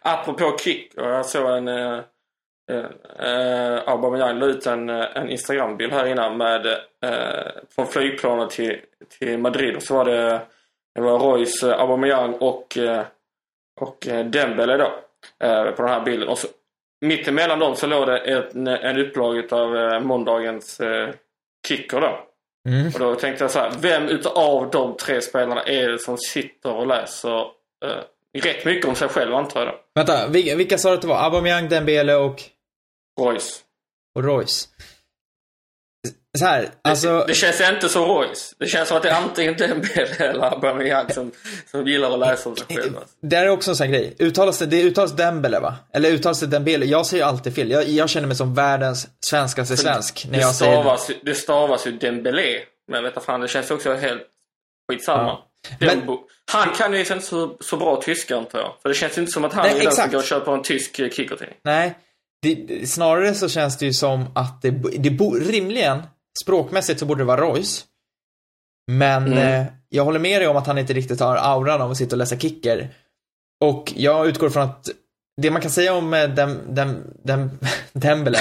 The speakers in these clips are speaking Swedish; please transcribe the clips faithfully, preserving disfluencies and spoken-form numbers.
apropå kick, jag såg en uh, uh, Aubameyang la ut en, en Instagram-bild här innan med uh, från flygplanet till, till Madrid, och så var det, det var Royce, uh, Aubameyang och, uh, och uh, Dembele då uh, på den här bilden, och så mitt emellan dem så låg det en, en upplag av uh, måndagens uh, kicker då. Mm. Och då tänkte jag så här, vem utav de tre spelarna är det som sitter och läser uh, rätt mycket om sig själv, antar jag då? Vänta, vilka, vilka sa det att det var? Aubameyang, Dembele och... Royce. Och Royce. Så här, alltså... det, det känns inte så Royce. Det känns som att det är antingen Dembele eller Aubameyang som, som gillar att läsa om sig själv. Det är också en sån här grej. Uttalas det, det uttalas Dembele, va? Eller uttalas det Dembele? Jag säger alltid fel. Jag, jag känner mig som världens svenskaste svensk när jag stavas, säger... Det stavas ju Dembele. Men vet du fan, det känns också helt skitsamma. Ja. Men... Han kan ju inte så, så bra tyska, antar jag. För det känns inte som att han Nej, är den som går och köper en tysk kickertidning. Nej, det, snarare så känns det ju som att det, det bo, rimligen, språkmässigt så borde det vara Royce. Men mm. eh, jag håller med dig om att han inte riktigt har auran av att sitta och läsa kicker. Och jag utgår från att det man kan säga om eh, dem, dem, dem, Dembele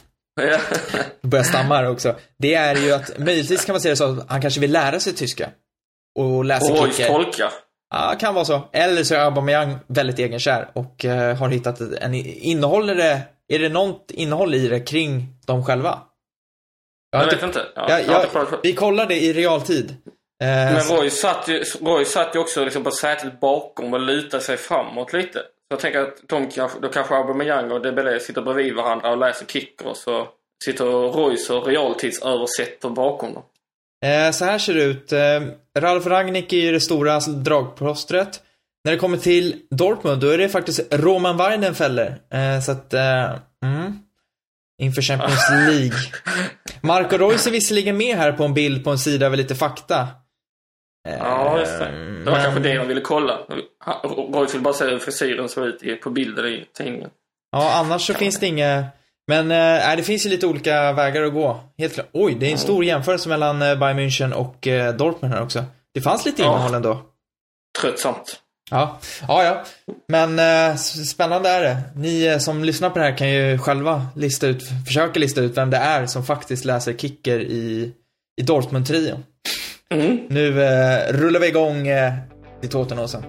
börjar stamma här också. Det är ju att möjligtvis kan man säga så att han kanske vill lära sig tyska och läsa och kicker. Tolka. Ja, kan vara så. Eller så är Aubameyang väldigt egenkär och uh, har hittat en innehåller det, är det något innehåll i det kring dem själva? Jag, jag vet inte. Ja, jag, jag, jag, vi kollar det i realtid. Uh, Men Roy satt ju, Roy satt ju också liksom på sätet bakom och lutade sig framåt lite. Så jag tänker att de kanske, då kanske Aubameyang och Dembele sitter bredvid varandra och läser kicker, och så sitter Roy så realtidsöversätter bakom dem. Så här ser det ut. Ralf Rangnick är ju det stora dragplåstret. När det kommer till Dortmund, då är det faktiskt Roman Weidenfeller. Så att, mm, inför Champions League. Marco Reus är visserligen med här på en bild på en sida med lite fakta. Ja, just det. Det var men... kanske det jag ville kolla. Reus vill bara se hur frisyren ser ut på bilder i tidningen. Ja, annars så kan finns det inga... Men äh, det finns ju lite olika vägar att gå. Helt klart. Oj, det är en stor jämförelse mellan äh, Bayern München och äh, Dortmund här också. Det fanns lite innehåll ja. ändå. Tröttsamt. Ja, ja, ja. Men äh, spännande är det. Ni äh, som lyssnar på det här kan ju själva lista ut, försöka lista ut vem det är som faktiskt läser kicker i, i Dortmund-trion. Mm. Nu äh, rullar vi igång äh, i Tottenham.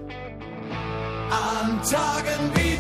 Antagen vid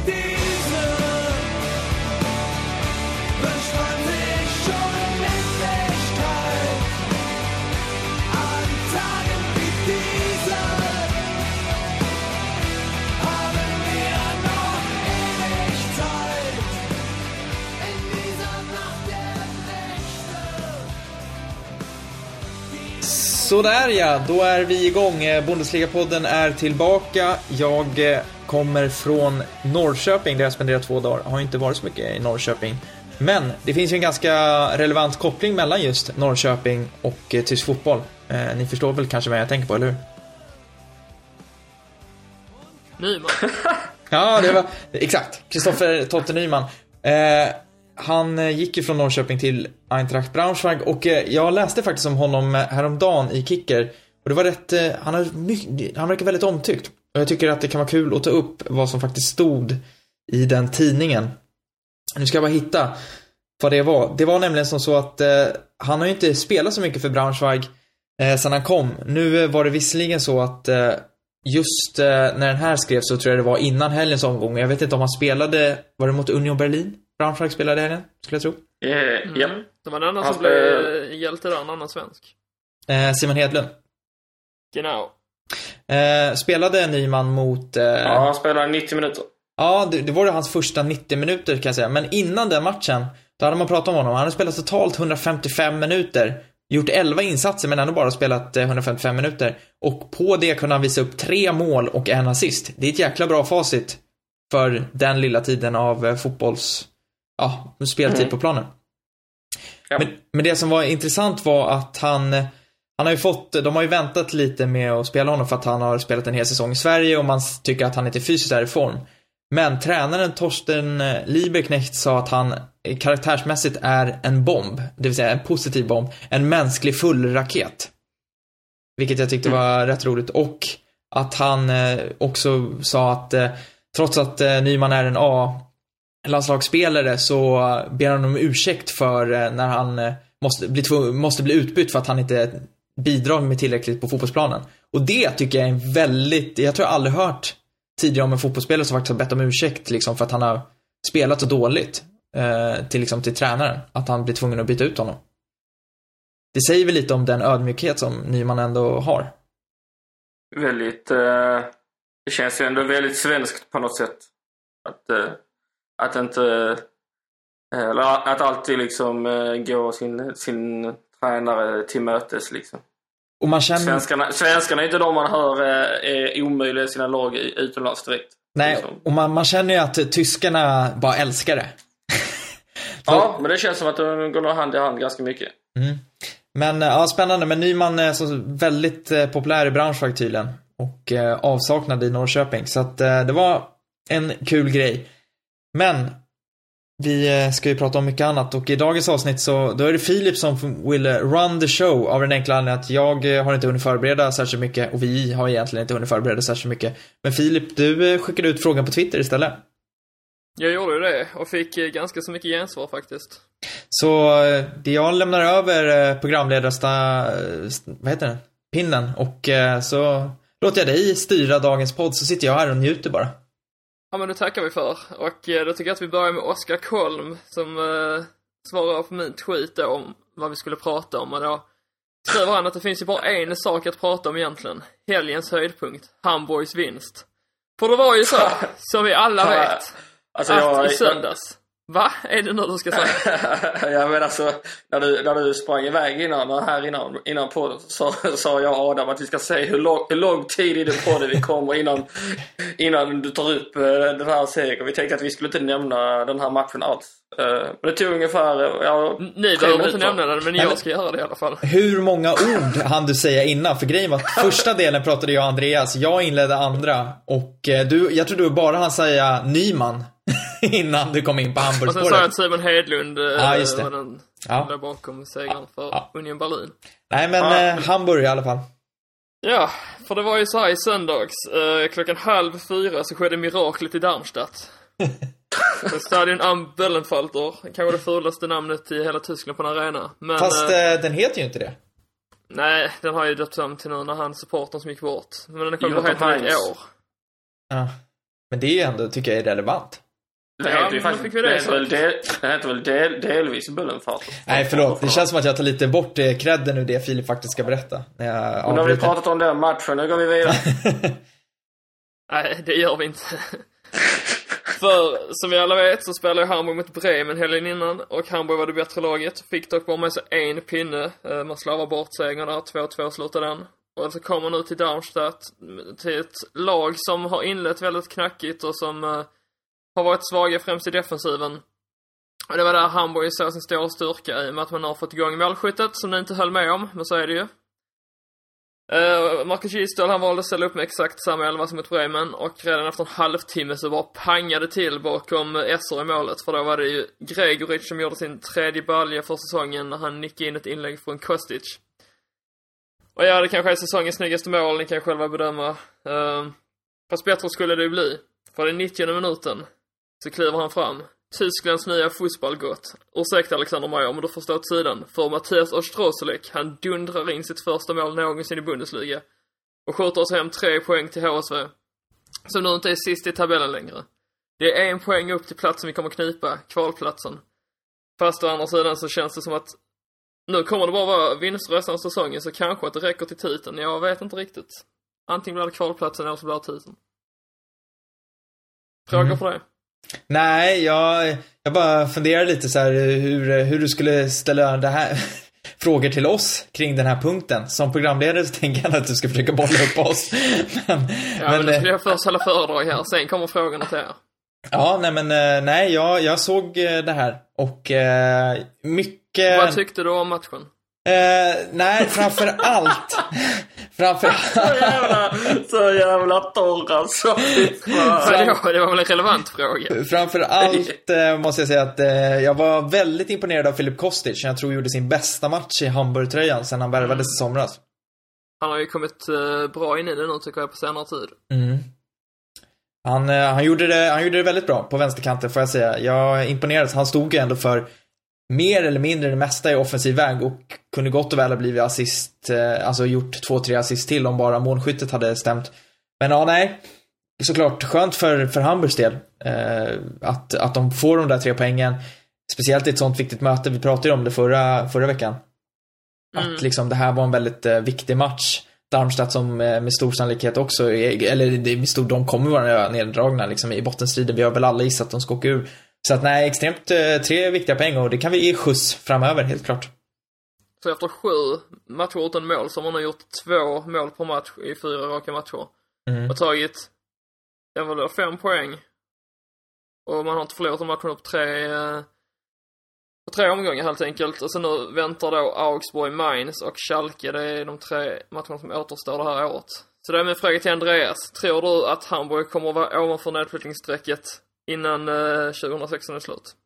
Så där ja, då är vi igång. Bundesliga-podden är tillbaka. Jag kommer från Norrköping där jag spenderat två dagar. Har inte varit så mycket i Norrköping. Men det finns ju en ganska relevant koppling mellan just Norrköping och tysk fotboll. Eh, ni förstår väl kanske vad jag tänker på, eller hur? Nyman. Ja, det var exakt. Kristoffer Totte Nyman. Eh, Han gick ju från Norrköping till Eintracht Braunschweig och jag läste faktiskt om honom häromdagen i Kicker. Och det var rätt, han, har mycket, han verkar väldigt omtyckt. Och jag tycker att det kan vara kul att ta upp vad som faktiskt stod i den tidningen. Nu ska jag bara hitta vad det var. Det var nämligen som så att eh, han har ju inte spelat så mycket för Braunschweig eh, sedan han kom. Nu var det visserligen så att eh, just eh, när den här skrevs så tror jag det var innan helgens omgång. Jag vet inte om han spelade, var det mot Union Berlin? Braunschweig spelade helgen, skulle jag tro. Eh, mm. ja. Det var den annan som blev hjälte där, en annan svensk. Eh, Simon Hedlund. Genau. Eh, spelade Nyman mot... Eh... Ja, han spelade nittio minuter. Ja, det, det var det hans första nittio minuter kan jag säga. Men innan den matchen, då hade man pratat om honom. Han hade spelat totalt hundrafemtiofem minuter. Gjort elva insatser men ändå bara spelat eh, hundrafemtiofem minuter. Och på det kunde han visa upp tre mål och en assist. Det är ett jäkla bra facit för den lilla tiden av eh, fotbolls... Ja, speltid mm. på planen. Ja. Men, men det som var intressant var att han han har ju fått, de har ju väntat lite med att spela honom för att han har spelat en hel säsong i Sverige och man tycker att han inte fysiskt är i form. Men tränaren Torsten Lieberknecht sa att han karaktärsmässigt är en bomb, det vill säga en positiv bomb, en mänsklig fullraket. Vilket jag tyckte var mm. rätt roligt. Och att han också sa att trots att eh, Nyman är en A-landslagsspelare så ber han om ursäkt för eh, när han eh, måste, bli tv- måste bli utbytt för att han inte bidrar med tillräckligt på fotbollsplanen. Och det tycker jag är en väldigt, jag tror jag aldrig hört tidigare om en fotbollsspelare som faktiskt har bett om ursäkt liksom, för att han har spelat så dåligt eh, till, liksom, till tränaren, att han blir tvungen att byta ut honom. Det säger väl lite om den ödmjukhet som Nyman ändå har. Väldigt eh, det känns ju ändå väldigt svenskt på något sätt att, eh, att inte eller att alltid liksom eh, gå sin, sin tränare till mötes liksom. Och man känner... Svenskarna, svenskarna är inte de man hör är omöjliga i sina lag utomlands direkt. Nej, liksom. Och man, man känner ju att tyskarna bara älskar det. Ja, men det känns som att de går hand i hand ganska mycket. Mm. Men ja, spännande. Men Nyman är så väldigt eh, populär i branschen tydligen. Och eh, avsaknad i Norrköping. Så att eh, det var en kul grej. Men vi eh, ska ju prata om mycket annat. Och i dagens avsnitt så då är det Filip som vill run the show. Av den enkla anledningen att jag har inte hunnit förbereda särskilt mycket. Och vi har egentligen inte hunnit förbereda särskilt mycket. Men Filip, du eh, skickade ut frågan på Twitter istället. Jag gjorde ju det och fick eh, ganska så mycket gensvar faktiskt. Så eh, det jag lämnar över eh, programledarsta, eh, vad heter det? Pinnen. Och eh, så låter jag dig styra dagens podd, så sitter jag här och njuter bara. Ja, men det tackar vi för. Och eh, då tycker jag att vi börjar med Oskar Kolm som eh, svarar på min tweet då, om vad vi skulle prata om. Och då skriver han att det finns ju bara en sak att prata om egentligen. Helgens höjdpunkt, Hamburgs vinst. För det var ju så, som vi alla vet, alltså, att jag, i söndags... Va? Är det nu du ska säga? Ja, men alltså när du, när du sprang iväg innan här innan, innan podden så sa jag Adam att vi ska se hur lång, hur lång tid i det podden vi kommer innan, innan du tar upp uh, den här serien. Vi tänkte att vi skulle inte nämna den här matchen alls. Uh, men det tog ungefär ja, Ni behöver inte nämna den, men jag ska göra det i alla fall. Hur många ord hann du säga innan? För grejen var att första delen pratade jag och Andreas. Jag inledde andra. Och uh, du, jag tror du bara hann säga Nyman innan du kom in på Hamburgspåret. Och sen sa jag att Simon Hedlund ja, just det. var den ja. där bakom segern för ja. Union Berlin. Nej, men ja. eh, Hamburg i alla fall. Ja, för det var ju så här i söndags. Eh, klockan halv fyra så skedde miraklet i Darmstadt. Stadion am Böllenfalter. Kanske det fulaste namnet i hela Tyskland på en arena. Men, Fast eh, eh, den heter ju inte det. Nej, den har ju döpt om till nu när han supporten som gick bort. Men den kommer att heta ett år. Ja. Men det är ju ändå, tycker jag, är relevant. Det ja, heter ju faktiskt, det, det heter väl, del, det heter väl del, delvis Böllenfalter. Nej, förlåt. Det känns som att jag tar lite bort eh, credden ur det Filip faktiskt ska berätta. När jag och nu har vi pratat om den matchen, nu går vi vidare. Nej, det gör vi inte. För som vi alla vet så spelade ju Hamburg mot Bremen helgen innan. Och Hamburg var det bättre laget. Fick dock bara med sig en pinne. Man slavar bort segern där, två två slutade den. Och så kommer nu till Darmstadt, till ett lag som har inlett väldigt knackigt och som uh, har varit svaga främst i defensiven. Och det var där Hamburg såg sin stora styrka i och med att man har fått igång målskyttet som ni inte höll med om, men så är det ju. Uh, Marcus Gisdol, han valde att ställa upp med exakt samma elva som mot Bremen och redan efter en halvtimme så bara pangade till bakom Esser i målet, för då var det ju Gregoric som gjorde sin tredje balja för säsongen när han nickade in ett inlägg från Kostic. Och ja, det kanske är säsongens snyggaste mål, ni kan själva bedöma. Uh, fast bättre skulle det ju bli. För den nittionde minuten så kliver han fram. Tysklands nya fotbollsgott. Ursäkta Alexander Meyer, men du får stå åt sidan. För Mattias Ostroselek, han dundrar in sitt första mål någonsin i Bundesliga. Och skjuter oss hem tre poäng till H S V. Som nu inte är sist i tabellen längre. Det är en poäng upp till platsen vi kommer knipa, kvalplatsen. Fast å andra sidan så känns det som att nu kommer det bara vara vinst resten av säsongen, så kanske att det räcker till titeln. Jag vet inte riktigt. Antingen blir det kvalplatsen eller så blir det titeln. Frågor mm. på det? Nej, jag, jag bara funderar lite så här hur, hur du skulle ställa det här frågor till oss kring den här punkten. Som programledare så tänker jag att du ska försöka bolla upp oss. men, ja, men, men jag först hålla föredrag här, sen kommer frågorna till er. Ja, nej men nej, jag, jag såg det här och eh, mycket... Vad tyckte du om matchen? Eh, nej, framför allt framför så jävla så jävla torr alltså. Fram... det var väl en relevant fråga. Framför allt eh, måste jag säga att eh, jag var väldigt imponerad av Filip Kostic. Jag tror han gjorde sin bästa match i Hamburg-tröjan sedan han värvades i somras. Han har ju kommit eh, bra in i det nu tycker jag på senare tid. Mm. Han, han, gjorde det, han gjorde det väldigt bra på vänsterkanten, får jag säga. Jag imponerades. Han stod ju ändå för mer eller mindre det mesta i offensiv väg och kunde gott och väl ha blivit assist, alltså gjort två, tre assist till om bara målskyttet hade stämt. Men ja, nej. Såklart skönt för, för Hamburgs del eh, att, att de får de där tre poängen. Speciellt i ett sånt viktigt möte. Vi pratade ju om det förra, förra veckan. Mm. Att liksom det här var en väldigt eh, viktig match. Darmstadt som eh, med stor sannolikhet också är, eller det med stor, de kommer vara neddragna liksom, i bottenstriden. Vi har väl alla gissat att de ska åka ur. Så att nej, extremt eh, tre viktiga poäng och det kan vi ge skjuts framöver, helt klart. Så efter sju matcher utan mål så har man har gjort två mål per match i fyra raka matcher. Mm. Och tagit det var då fem poäng. Och man har inte förlorat en match på tre, eh, på tre omgångar helt enkelt. Och sen nu väntar då Augsburg, Mainz och Schalke. Det är de tre matcherna som återstår det här året. Så det är min fråga till Andreas. Tror du att Hamburg kommer att vara ovanför nedflyttningsstrecket innan eh, tjugohundrasexton är slut?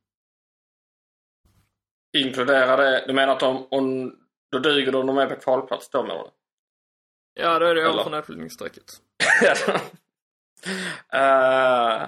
Inkluderar det, du menar att de, om, då dyger de är på kvalplats då, menar du? Ja, då är det ovanför nedflyttningsstrecket. uh,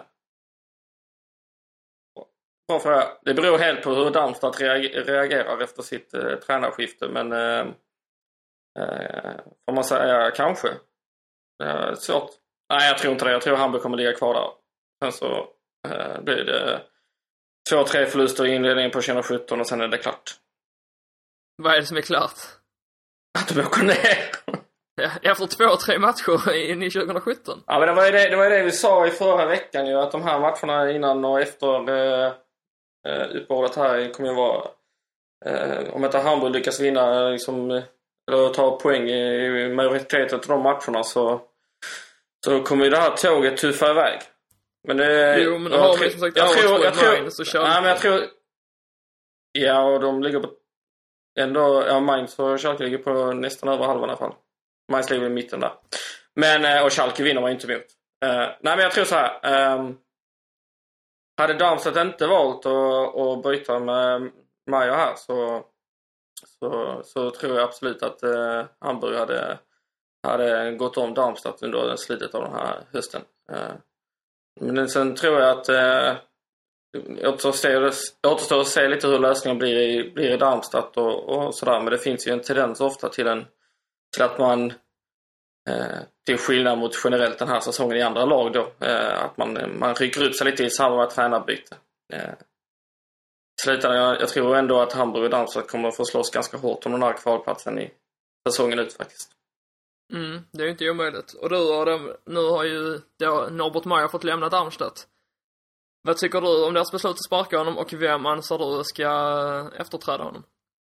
det beror helt på hur Darmstadt reagerar efter sitt uh, tränarskifte, men uh, uh, får man säga kanske. Uh, svårt. Nej, jag tror inte det. Jag tror Hamburg kommer ligga kvar där. Sen så uh, blir det två, tre förluster i inledningen på tjugohundrasjutton och sen är det klart. Vad är det som är klart? Att de åker ner. Ja, efter två, tre matcher in i tjugohundrasjutton. Ja, men det var ju det, det, var ju det vi sa i förra veckan ju, att de här matcherna innan och efter eh, uppehållet här kommer ju vara eh, om inte Hamburg lyckas vinna liksom, eller ta poäng i majoriteten av de matcherna så, så kommer ju det här tåget tuffa iväg. Men det, jo, men det har vi som sagt jag tror, jag tror, så ja, men jag tror ja, och de ligger på ändå, ja, Mainz och Schalke ligger på nästan över halvan i alla fall. Mainz ligger i mitten där. Men, och Schalke vinner man inte mot. Uh, nej, men jag tror så här. Um, hade Darmstadt inte valt att, att byta med Maja här så, så, så tror jag absolut att uh, Hamburg hade, hade gått om Darmstadt under slutet av den här hösten. Uh, men sen tror jag att uh, återstår att se lite hur lösningen blir i, blir i Darmstadt och, och sådär. Men det finns ju en tendens ofta till, en, till att man eh, till skillnad mot generellt den här säsongen i andra lag då, eh, att man, man rycker upp sig lite i samband med tränarbyte. Eh, slutade, jag, jag tror ändå att Hamburg och Darmstadt kommer att få slåss ganska hårt om den här kvalplatsen i säsongen ut faktiskt. Mm, det är ju inte omöjligt. Och du och dem, nu har ju då Norbert Meyer fått lämna Darmstadt. Vad tycker du om deras beslut att sparka honom och vem anser du ska efterträda honom?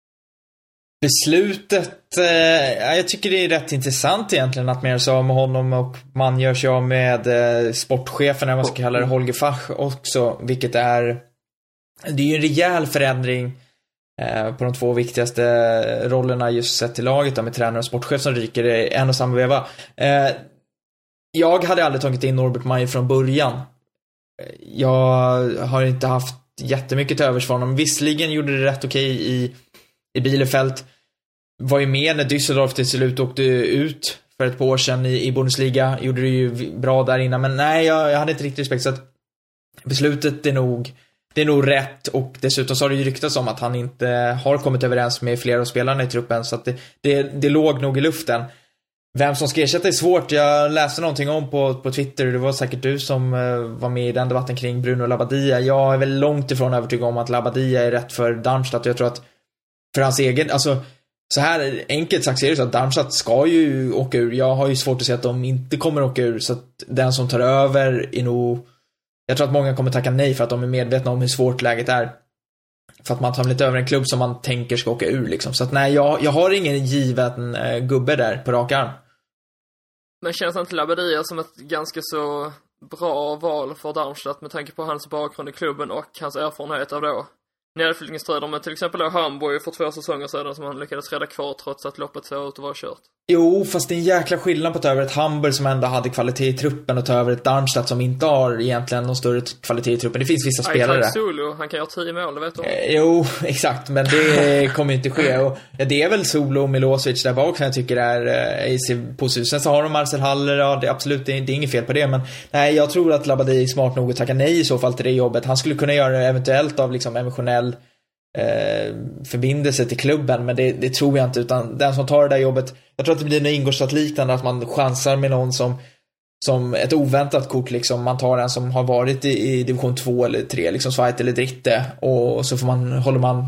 Beslutet, eh, jag tycker det är rätt intressant egentligen att man gör sig av med honom och man gör sig av med eh, sportchefen, eller vad man ska kalla det, Holger Fach också, vilket är det är ju en rejäl förändring eh, på de två viktigaste rollerna just sett till laget då, med tränare och sportchef som ryker i en och samma veva. Eh, jag hade aldrig tagit in Norbert Meyer från början. Jag har inte haft jättemycket till övers för honom. Visserligen gjorde det rätt okej i, i Bielefeld. Var ju med när Düsseldorf till slut åkte ut för ett par år sedan i, i Bundesliga. Gjorde det ju bra där innan. Men nej, jag, jag hade inte riktigt respekt. Så att beslutet är nog, det är nog rätt. Och dessutom så har det ju ryktats om att han inte har kommit överens med flera av spelarna i truppen. Så att det, det, det låg nog i luften. Vem som ska ersätta är svårt. Jag läste någonting om på, på Twitter. Det var säkert du som uh, var med i den debatten kring Bruno Labbadia. Jag är väl långt ifrån övertygad om att Labbadia är rätt för Darmstadt. Jag tror att för hans egen, alltså så här enkelt sagt så är det så att Darmstadt ska ju åka ur. Jag har ju svårt att se att de inte kommer åka ur. Så att den som tar över är nog, jag tror att många kommer tacka nej för att de är medvetna om hur svårt läget är. För att man tar lite över en klubb som man tänker ska åka ur liksom. Så att nej, jag, jag har ingen given uh, gubbe där på rak arm. Men känns inte Labbadia som ett ganska så bra val för Darmstadt med tanke på hans bakgrund i klubben och hans erfarenhet av då nedflyttningsstrider med till exempel då Hamburg för två säsonger sedan som han lyckades rädda kvar trots att loppet såg ut att vara kört? Jo, fast det är en jäkla skillnad på att ta över ett Hamburg som ändå hade kvalitet i truppen och ta över ett Darmstadt som inte har egentligen någon större kvalitet i truppen. Det finns vissa Aj, spelare. Solo, han kan göra tio mål, det vet du. Eh, jo, exakt, men det kommer ju inte ske. Och, ja, det är väl Solo och Milosevic där bak som jag tycker är eh, i sin position. Sen så har de Marcel Haller, ja, det är absolut, det är, det är inget fel på det. Men nej, jag tror att Labadie är smart nog att tacka nej i så fall till det jobbet. Han skulle kunna göra det eventuellt av liksom emotionell eh, förbindelse till klubben, men det, det tror jag inte, utan den som tar det där jobbet, jag tror att det blir något Ingolstadt-liknande, att man chansar med någon som som ett oväntat kort liksom, man tar en som har varit i, i division två eller tre, liksom Schweiz eller Dritte, och så får man, håller man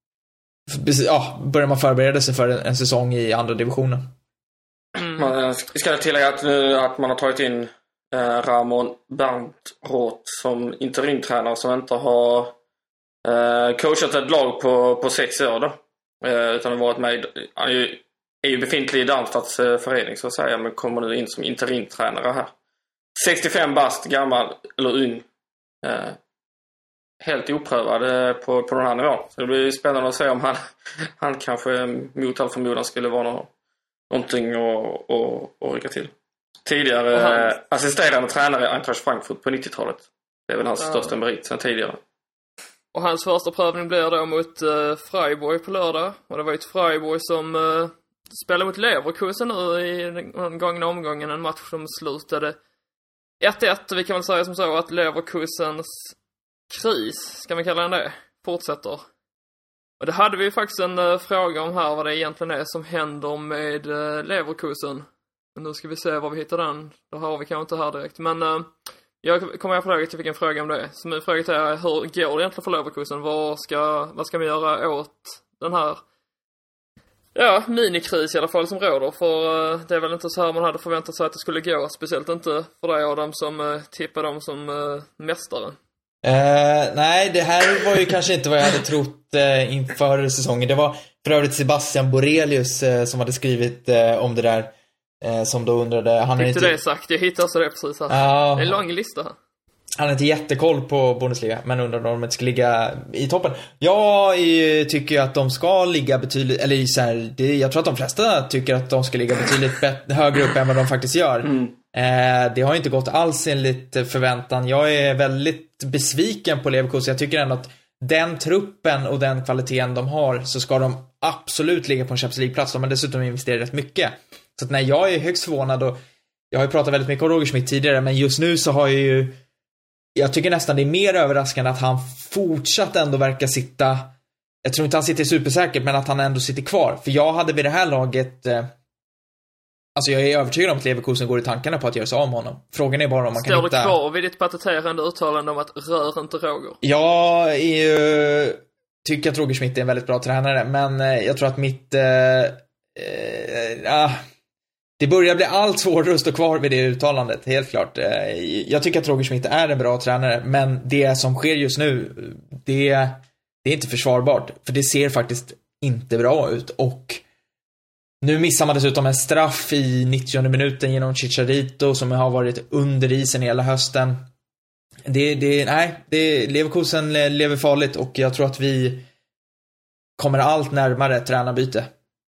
ja, börjar man förbereda sig för en, en säsong i andra divisionen. Mm. Man ska tillägga att, att man har tagit in eh, Ramon Berntroth som interimtränare som inte har eh, coachat ett lag på, på sex år då. Eh, utan har varit med, han är ju, är ju befintlig i Darmstads eh, förening så att säga, men kommer nu in som interimtränare här. sextiofem bast, gammal eller ung. Eh, helt oprövad eh, på, på den här nivån. Så det blir spännande att se om han, han kanske mot all förmodan skulle vara någon, någonting att, att, att rycka till. Tidigare han... eh, assisterande tränare i Eintracht Frankfurt på nittiotalet. Det är väl hans ja. största merit sedan tidigare. Och hans första prövning blir då mot uh, Freiburg på lördag. Och det var ett Freiburg som uh, spelade mot Leverkusen nu i den gångna omgången. En match som slutade ett ett. Vi kan väl säga som så att Leverkusens kris, ska man kalla den det, fortsätter. Och det hade vi ju faktiskt en uh, fråga om här, vad det egentligen är som händer med uh, Leverkusen. Men nu ska vi se var vi hittar den. Det har vi kanske inte här direkt. Men uh, jag kommer ihåg att jag fick en fråga om det. Så min fråga är, hur går det egentligen för Leverkusen? Vad ska, vad ska vi göra åt den här ja, minikris i alla fall som råder? För uh, det är väl inte så här man hade förväntat sig att det skulle gå. Speciellt inte för dig Adam som uh, tippar dem som uh, mästare. Uh, nej, det här var ju kanske inte vad jag hade trott uh, inför säsongen. Det var för övrigt Sebastian Borelius uh, som hade skrivit uh, om det där. Uh, som då undrade... Han Fick inte du det sagt? Jag hittar så det precis här. Uh, det är en lång lista här. Han har inte jättekoll på Bundesliga, men undrar om de ska ligga i toppen. Jag tycker ju att de ska ligga betydligt, eller så här, det, jag tror att de flesta tycker att de ska ligga betydligt bet- högre upp än vad de faktiskt gör. Mm. Eh, det har inte gått alls enligt förväntan. Jag är väldigt besviken på Leverkusen. Jag tycker ändå att den truppen och den kvaliteten de har, så ska de absolut ligga på en Champions League-plats. De har dessutom investerat rätt mycket. Så att när jag är högst förvånad, och jag har ju pratat väldigt mycket om Roger Schmidt tidigare, men just nu så har jag ju jag tycker nästan det är mer överraskande att han fortsatt ändå verkar sitta. Jag tror inte han sitter supersäkert, men att han ändå sitter kvar. För jag hade vid det här laget eh, alltså jag är övertygad om att Leverkusen går i tankarna på att göra sig av med honom. Frågan är bara om man Står kan hitta... Står du kvar vid ditt pateterande uttalande om att rör inte Roger? Jag är ju... tycker att Roger Schmidt är en väldigt bra tränare, men eh, jag tror att mitt eh, eh, det börjar bli allt svårare att stå kvar vid det uttalandet, helt klart. Jag tycker att Roger Schmidt är en bra tränare, men det som sker just nu, det, det är inte försvarbart. För det ser faktiskt inte bra ut. Och nu missar man dessutom en straff i nittionde minuten genom Chicharito, som har varit under isen hela hösten. Det, det, nej, det, Leverkusen lever farligt, och jag tror att vi kommer allt närmare tränarbyte.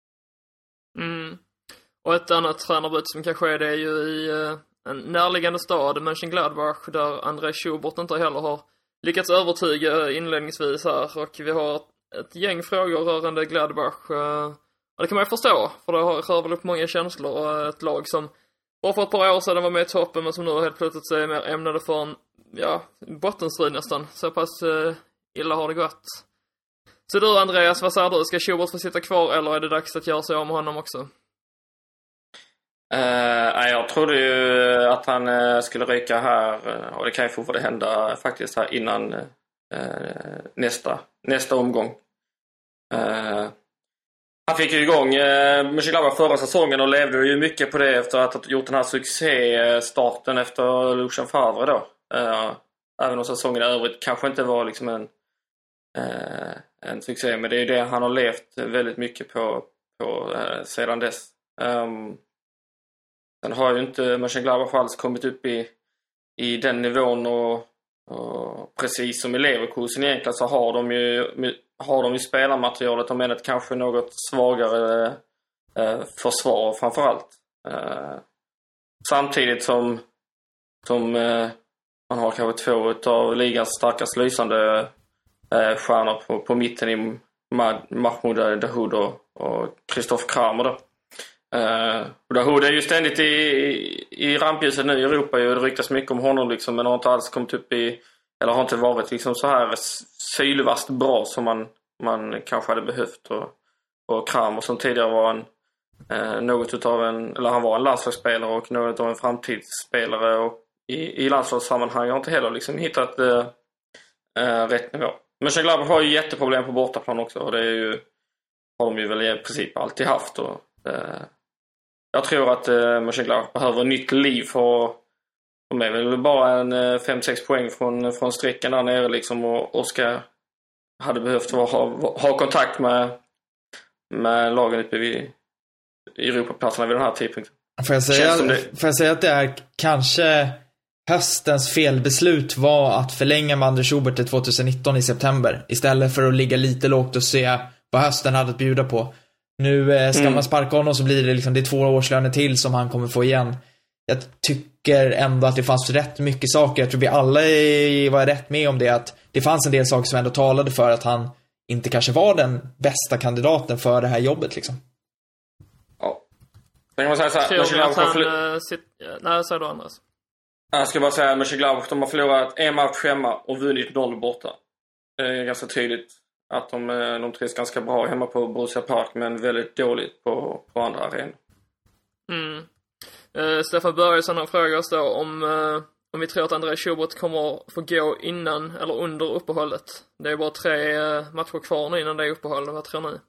Mm. Och ett annat tränarbyte som kanske är det är ju i uh, en närliggande stad, Mönchengladbach, där André Schubert inte heller har lyckats övertyga inledningsvis här. Och vi har ett, ett gäng frågor rörande Gladbach. Uh, och det kan man ju förstå, för det rör väl upp många känslor. Och ett lag som bara för ett par år sedan var med i toppen, men som nu helt plötsligt är mer ämnade för en ja, bottenstrid nästan. Så pass uh, illa har det gått. Så du Andreas, vad säger du? Ska Schubert få sitta kvar, eller är det dags att göra sig om honom också? Uh, jag trodde ju att han uh, skulle ryka här, uh, och det kan ju fortfarande hända faktiskt här innan uh, nästa, nästa omgång. Uh, han fick ju igång uh, Mönchengladbach förra säsongen och levde ju mycket på det efter att ha gjort den här succéstarten efter Lucien Favre då. Uh, även om säsongen i övrigt kanske inte var liksom en, uh, en succé, men det är ju det han har levt väldigt mycket på, på uh, sedan dess. Um, Sen har ju inte Mönchengladbach alls kommit upp i, i den nivån, och, och precis som i Leverkusen egentligen så har de ju, har de ju spelarmaterialet, om än ett kanske något svagare eh, försvar framförallt. Eh, samtidigt som, som eh, man har kanske två av ligans starkast lysande eh, stjärnor på, på mitten i Mahmoud Dahoud och, och Christoph Kramer då. Uh, och Dahoud är ju ständigt i, i, i rampljuset nu i Europa ju. Det ryktas mycket om honom liksom, men har inte alls kommit upp i, eller har inte varit liksom så här sylvast bra som man, man kanske hade behövt. Och, och Kramer som tidigare var en uh, något utav en, eller han var en landslagsspelare och något av en framtidsspelare, och i, i landslagssammanhang har inte heller liksom hittat uh, uh, rätt nivå. Men Mönchengladbach har ju jätteproblem på bortaplan också, och det är ju, har de ju väl i princip alltid haft. Och uh, jag tror att uh, Mönchengladbach behöver nytt liv för, de är väl bara en uh, fem sex poäng från, från strecken där nere liksom, och Oskar hade behövt ha, ha kontakt med, med lagen uppe vid Europaplatserna vid den här tidpunkten. Får jag säga, får jag säga att det är kanske höstens felbeslut var att förlänga med Anders Schubert till tjugonitton i september istället för att ligga lite lågt och se vad hösten hade att bjuda på. Nu eh, ska mm. man sparka honom, så blir det liksom, det är två årslöner till som han kommer få igen. Jag tycker ändå att det fanns rätt mycket saker. Jag tror vi alla var rätt med om det, att det fanns en del saker som ändå talade för att han inte kanske var den bästa kandidaten för det här jobbet liksom. Ja. Jag kan säga så här, tror du att han förl- äh, sitt... Nej, så är det Andres. Jag ska bara säga att Mönchengladbach, de har förlorat en match hemma och vunnit noll borta. Det är ganska tydligt att de, de trivs ganska bra hemma på Borussia Park, men väldigt dåligt på, på andra arenor. Mm. Uh, Stefan Börjesson har frågat oss då om, uh, om vi tror att André Schubert kommer få gå innan eller under uppehållet. Det är bara tre uh, matcher kvar nu innan det är uppehåll. Vad tror ni?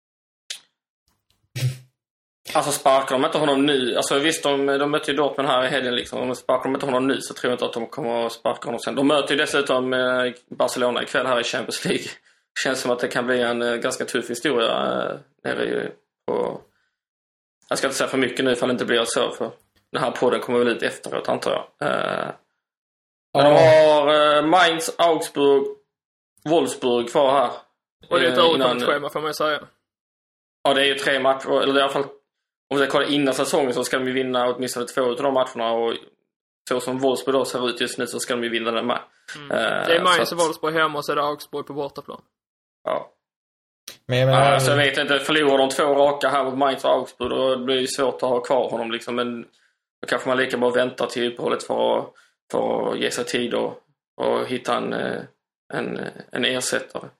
Alltså sparkar de inte honom nu, alltså visst de, de möter ju Dortmund här i helgen liksom, om de sparkar de inte honom nu så tror jag inte att de kommer att sparka honom sen. De möter ju dessutom eh, Barcelona ikväll här i Champions League. Känns som att det kan bli en eh, ganska tuff historia eh, nere i, på... Jag ska inte säga för mycket nu ifall det inte blir så, för den här podden kommer väl ut efteråt antar jag. Eh, men de har eh, Mainz, Augsburg, Wolfsburg kvar här. Och det är ett överkommet schema får man ju säga. Ja, det är ju tre matcher, eller i alla fall om vi kollar innan säsongen så ska de ju vinna åtminstone två av de matcherna, och så som Wolfsburg då ser ut just nu så ska de ju vinna den med. Mm. Det är Mainz och Wolfsburg hemma och så är det Augsburg på bortaplan. Ja. Men jag, menar... alltså, jag vet inte, förlorar de två raka här mot Mainz och Augsburg då blir det ju svårt att ha kvar honom liksom, men då kanske man lika bara väntar till uppehållet för att, för att ge sig tid och, och hitta en, en, en ersättare.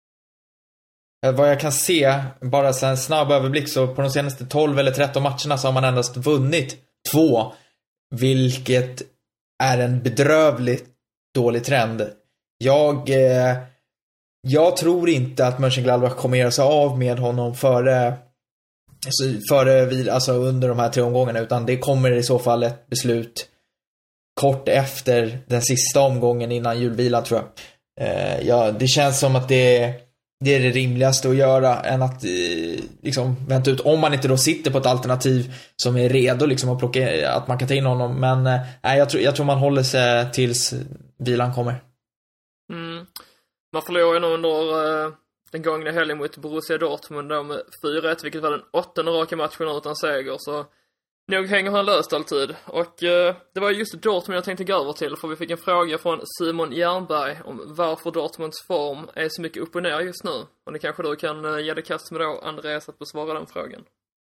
Vad jag kan se, bara så en snabb överblick, så på de senaste tolv eller tretton matcherna så har man endast vunnit två, vilket är en bedrövligt dålig trend. Jag eh, jag tror inte att Mönchengladbach kommer göra sig av med honom före alltså, före vid, alltså under de här tre omgångarna, utan det kommer i så fall ett beslut kort efter den sista omgången innan julvilan tror jag. Eh, ja, det känns som att det Det är det rimligaste att göra än att eh, liksom vänta ut, om man inte då sitter på ett alternativ som är redo liksom att plocka, att man kan ta in honom. Men eh, jag, tror, jag tror man håller sig tills vilan kommer. Mm. Man förlorar ju nu under eh, den gångna helgen mot Borussia Dortmund då med fyra ett, vilket var den åttonde raka matchen utan seger, så nog hänger han löst alltid. Och eh, det var just Dortmund jag tänkte gå över till, för vi fick en fråga från Simon Jernberg om varför Dortmunds form är så mycket upp och ner just nu. Och det kanske du kan eh, ge dig kast med då, Andreas, att besvara den frågan.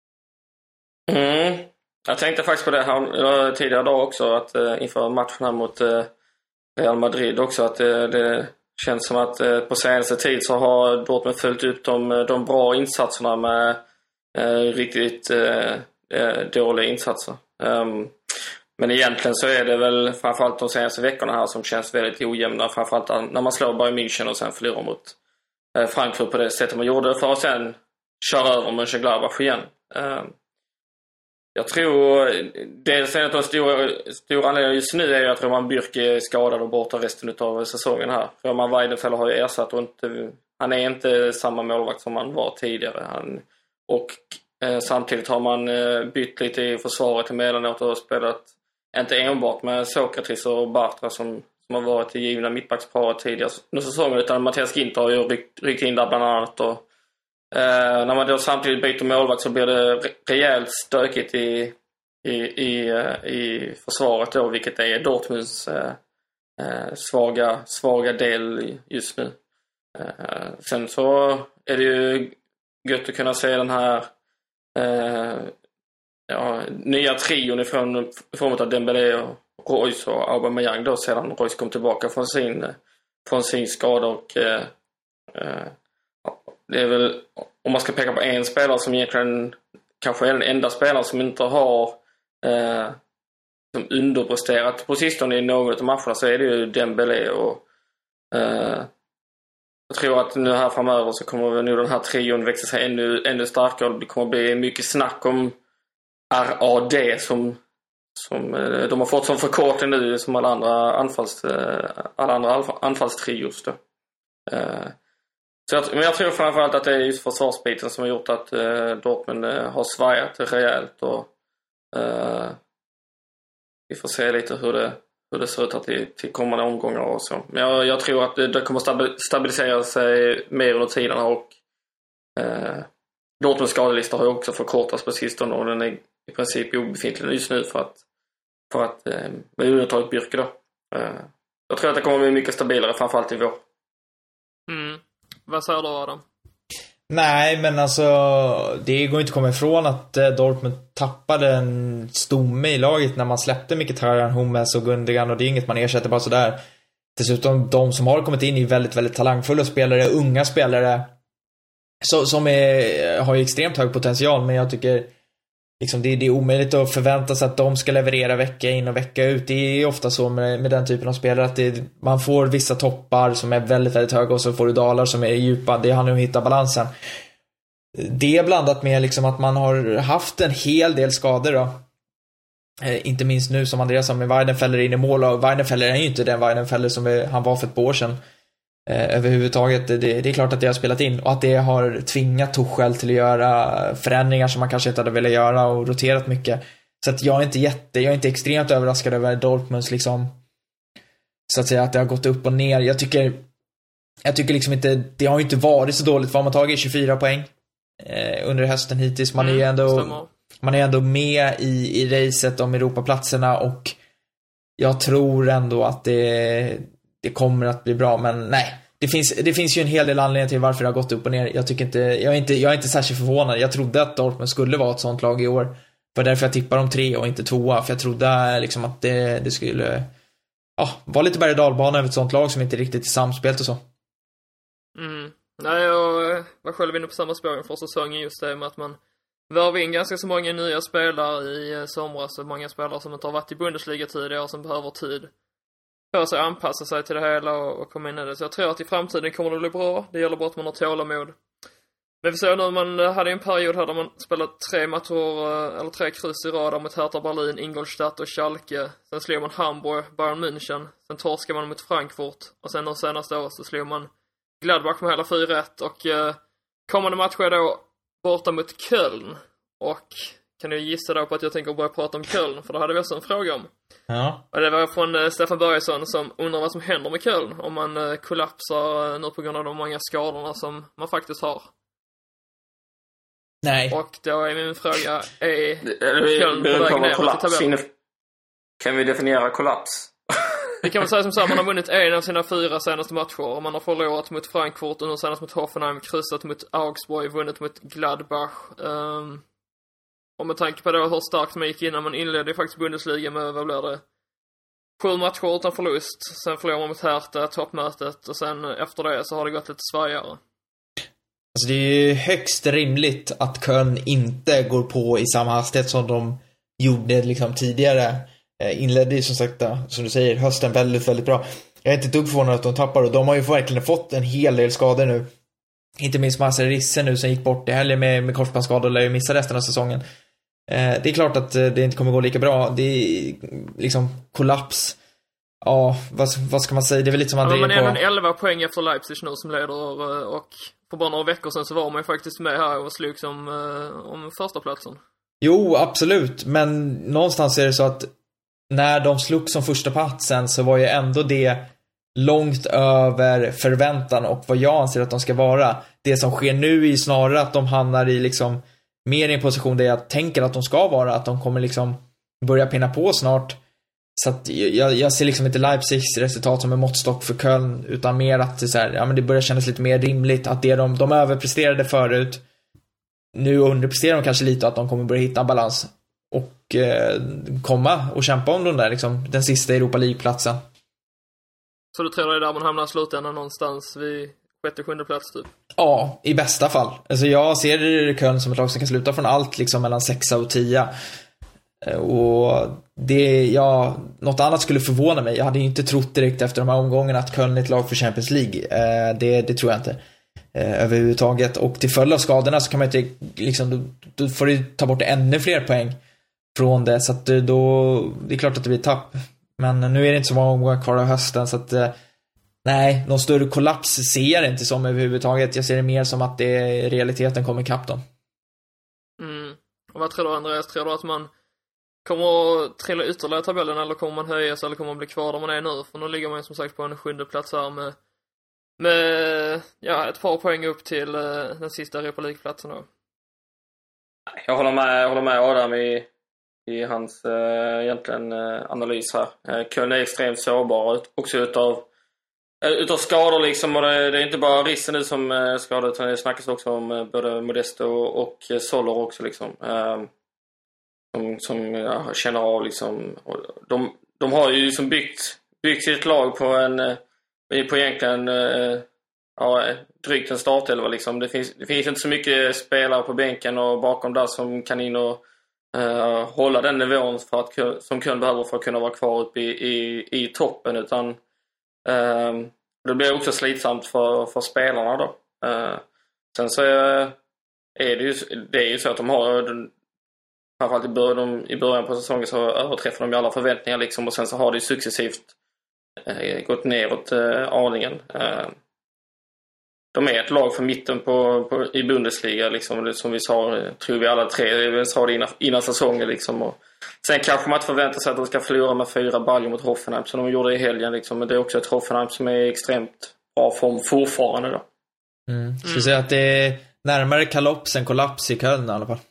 Mm. Jag tänkte faktiskt på det här tidigare dag också, att eh, inför matchen här mot eh, Real Madrid också, att eh, det känns som att eh, på senaste tid så har Dortmund följt upp de, de bra insatserna med eh, riktigt eh, dåliga insatser. Um, men egentligen så är det väl framförallt de senaste veckorna här som känns väldigt ojämna, framförallt när man slår Bayern München och sen förlorar mot eh, Frankfurt på det sättet man gjorde, för att sen köra över Mönchengladbach igen. Um, jag tror det sen att de stora, stora anledningar just nu är att Roman Bürki är skadad och borta resten av säsongen här. Roman Weidenfeller har ju ersatt och inte, han är inte samma målvakt som han var tidigare. Han, och Eh, samtidigt har man eh, bytt lite i försvaret emellanåt och spelat inte enbart med Sokratis och Bartra som, som har varit i givna mittbacksparet tidigare under säsongen, utan Mattias Ginter har ju ryckt, ryckt in där bland annat, och Eh, när man då samtidigt byter målvakt så blir det re- rejält stökigt i, i, i, uh, i försvaret då, vilket är Dortmunds uh, uh, svaga, svaga del just nu. Uh, sen så är det ju gött att kunna se den här uh, ja, nya trion ifrån i form av Dembélé och Reus och Aubameyang då, sedan Reus kom tillbaka från sin, från sin skada. Och uh, uh, det är väl, om man ska peka på en spelare som egentligen kanske är den enda spelaren som inte har eh, som underpresterat på sistone i någon av matcherna, så är det ju Dembélé. Och eh, jag tror att nu här framöver så kommer nu den här trion växa sig ännu, ännu starkare. Det kommer bli mycket snack om R A D som, som eh, de har fått som förkortning nu, som alla andra, anfalls, eh, alla andra anfallstrios då. Eh, Så jag, men jag tror framförallt att det är just försvarsbiten som har gjort att eh, Dortmund eh, har svajat rejält. Och eh, vi får se lite hur det, hur det ser ut till, till kommande omgångar och så. Men jag, jag tror att det, det kommer stabilisera sig mer under tiden. Och eh, Dortmunds skadelista har ju också förkortats på sistone, och den är i princip obefintlig just nu för att, för att eh, med undantaget Bürki då. Eh, jag tror att det kommer bli mycket stabilare, framförallt i vår. Mm. Vad säger du, Adam? Nej, men alltså det går inte att komma ifrån att eh, Dortmund tappade en stomme i laget när man släppte Mkhitaryan, Hummels och Gundogan, och det är inget man ersätter bara sådär. Dessutom, de som har kommit in är väldigt, väldigt talangfulla spelare, unga spelare så, som är, har ju extremt hög potential, men jag tycker liksom det, det är omöjligt att förvänta sig att de ska leverera vecka in och vecka ut. Det är ofta så med, med den typen av spelare att det, man får vissa toppar som är väldigt, väldigt höga, och så får du dalar som är djupa. Det handlar om att hitta balansen. Det är blandat med liksom att man har haft en hel del skador då. Eh, inte minst nu som Andreas sa med Weidenfeller in i mål, och Weidenfeller är ju inte den Weidenfeller som är, han var för ett år sedan. Eh, överhuvudtaget, det, det är klart att det har spelat in, och att det har tvingat Tuchel till att göra förändringar som man kanske inte hade velat göra och roterat mycket. Så att jag är inte jätte, jag är inte extremt överraskad över Dortmunds liksom, så att säga, att det har gått upp och ner. Jag tycker jag tycker liksom inte, det har ju inte varit så dåligt, för man har tagit tjugofyra poäng eh, under hösten hittills. Man är ju ändå stämmer. man är ändå med i, i racet om Europaplatserna, och jag tror ändå att det det kommer att bli bra, men nej, det finns, det finns ju en hel del anledningar till varför det har gått upp och ner. Jag tycker inte, jag är inte, jag är inte särskilt förvånad. Jag trodde att Dortmund skulle vara ett sånt lag i år. För därför jag tippar om tre och inte tvåa, för jag trodde liksom att det, det skulle ja, vara lite berg- och dalbana över ett sånt lag som inte riktigt är samspelt och så. Mm. Nej, jag var själv inne på samma spår för säsongen, just det med att man värvar in ganska så många nya spelare i somras, så många spelare som inte har varit i Bundesliga tidigare och som behöver tid för sig anpassa sig till det hela och, och komma in i det. Så jag tror att i framtiden kommer det bli bra. Det gäller bara att man har tålamod. Men vi ser nu, man hade en period här där man spelade tre matcher eller tre kryss i rad mot Hertha Berlin, Ingolstadt och Schalke. Sen slog man Hamburg, Bayern München. Sen torskade man mot Frankfurt. Och sen de senaste åren så slog man Gladbach med hela fyra ett. Och eh, kommande match är då borta mot Köln. Och kan du gissa då på att jag tänker börja prata om Köln? För det hade vi också en fråga om. Ja. Och det var från eh, Stefan Börjesson som undrar vad som händer med Köln. Om man eh, kollapsar eh, nu på grund av de många skadorna som man faktiskt har. Nej. Och då är min fråga, är vi, Köln på väg ner till tabellen? Kan vi definiera kollaps? Det kan man säga som så här, man har vunnit en av sina fyra senaste matcher. Och man har förlorat mot Frankfurt, och senast mot Hoffenheim, kryssat mot Augsburg, vunnit mot Gladbach. Um, och med tanke på då hur starkt man gick innan, man inledde faktiskt Bundesliga med, vad blir det? Sju matcher utan förlust. Sen förlorar man mot Hertha, toppmötet. Och sen efter det så har det gått lite svajare. Alltså det är ju högst rimligt att Köln inte går på i samma hastighet som de gjorde liksom tidigare. Inledde ju som sagt, som du säger, hösten väldigt, väldigt bra. Jag är inte dugg förvånad att de tappar, och de har ju verkligen fått en hel del skador nu. Inte minst Marcel Risse nu som gick bort i helgen med, med korsbandsskador och lär ju missa resten av säsongen. Eh, det är klart att det inte kommer gå lika bra. Det är liksom kollaps. Ja, vad, vad ska man säga? Det är väl lite som André ja, på... man är även elva poäng efter Leipzig nu som leder, och på bara några veckor sedan så var man ju faktiskt med här och slog som eh, om första platsen. Jo, absolut. Men någonstans är det så att när de slog som första platsen så var ju ändå det långt över förväntan och vad jag anser att de ska vara. Det som sker nu är snarare att de hamnar i liksom mer i en position där jag tänker att de ska vara, att de kommer liksom börja pinna på snart. Så att jag, jag ser liksom inte Leipzigs resultat som en måttstock för Köln, utan mer att det, så här, ja, men det börjar kännas lite mer rimligt att det de, de överpresterade förut, nu underpresterar de kanske lite, att de kommer börja hitta en balans och eh, komma och kämpa om den där liksom, den sista Europa League-platsen. Så du tror det är där man hamnar i slutändan någonstans vid sjätte, sjunde plats typ? Ja, i bästa fall. Alltså jag ser Köln som ett lag som kan sluta från allt liksom mellan sexa och tia. Och det, ja, något annat skulle förvåna mig. Jag hade ju inte trott direkt efter de här omgångarna att Köln är ett lag för Champions League. Eh, det, det tror jag inte eh, överhuvudtaget. Och till följd av skadorna så kan man inte liksom, då, då får du ta bort ännu fler poäng från det. Så att då, det är klart att det blir tapp. Men nu är det inte så många omgångar kvar av hösten, så att eh, nej, någon större kollaps ser jag inte som överhuvudtaget. Jag ser det mer som att det i realiteten kommer ikapp dem. Mm. Och vad tror du, Andreas? Tror du att man kommer att trilla ytterligare i tabellen, eller kommer man höjas, eller kommer man bli kvar där man är nu? För nu ligger man ju som sagt på en sjunde plats här med, med ja, ett par poäng upp till uh, den sista Europa League-platsen då. Jag håller med, jag håller med Adam i, i hans uh, egentligen uh, analys här. Uh, Köln är extremt sårbar också utav, uh, utav skador liksom, och det, det är inte bara Rissen nu som uh, skador, utan det snackas också om uh, både Modesto och uh, Soler också liksom. Uh, Som, som jag känner av liksom, de, de har ju liksom byggt, byggt sitt lag på en på egentligen ja, drygt en startelva liksom. Det finns, det finns inte så mycket spelare på bänken och bakom där som kan in och uh, hålla den nivån för att, som Köln behöver för att kunna vara kvar uppe i, i, i toppen, utan uh, det blir också slitsamt för, för spelarna då. Uh, sen så är det ju, det är ju så att de har, framförallt i början, i början på säsongen så överträffar de ju alla förväntningar liksom, och sen så har det successivt eh, gått neråt eh, aningen. Eh, de är ett lag för mitten på, på, i Bundesliga liksom, som vi sa, tror vi alla tre, vi sa det innan, innan säsongen liksom, och sen kanske man inte förväntar sig att de ska förlora med fyra baljor mot Hoffenheim som de gjorde i helgen liksom, men det är också ett Hoffenheim som är extremt bra form fortfarande då. Mm. Jag skulle säga att det är närmare kalops än kollaps i Köln i alla fall.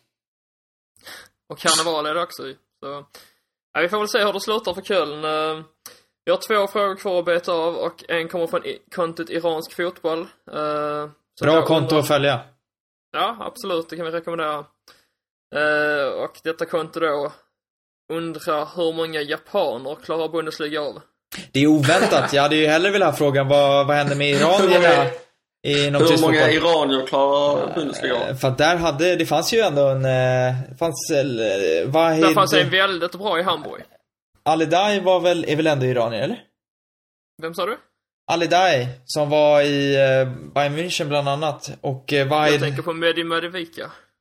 Och karneval är det också. Så, ja, vi får väl se hur det slutar för Köln. Uh, vi har två frågor kvar att beta av, och en kommer från i- kontot iransk fotboll. Uh, Bra konto undrar... att följa. Ja, absolut. Det kan vi rekommendera. Uh, och detta konto då undrar hur många japaner klarar Bundesliga av. Det är oväntat. Jag hade ju hellre velat ha frågan vad, vad händer med iranierna? Hur många iranier klarar Bundesliga? För att där hade, det fanns ju ändå en fanns, vad heter... Det fanns en väldigt bra i Hamburg. Alidai var väl, är väl ändå iranier, eller? Vem sa du? Alidai, som var i Bayern München bland annat. Och Vaid... Jag tänker på Mehdi Medevika.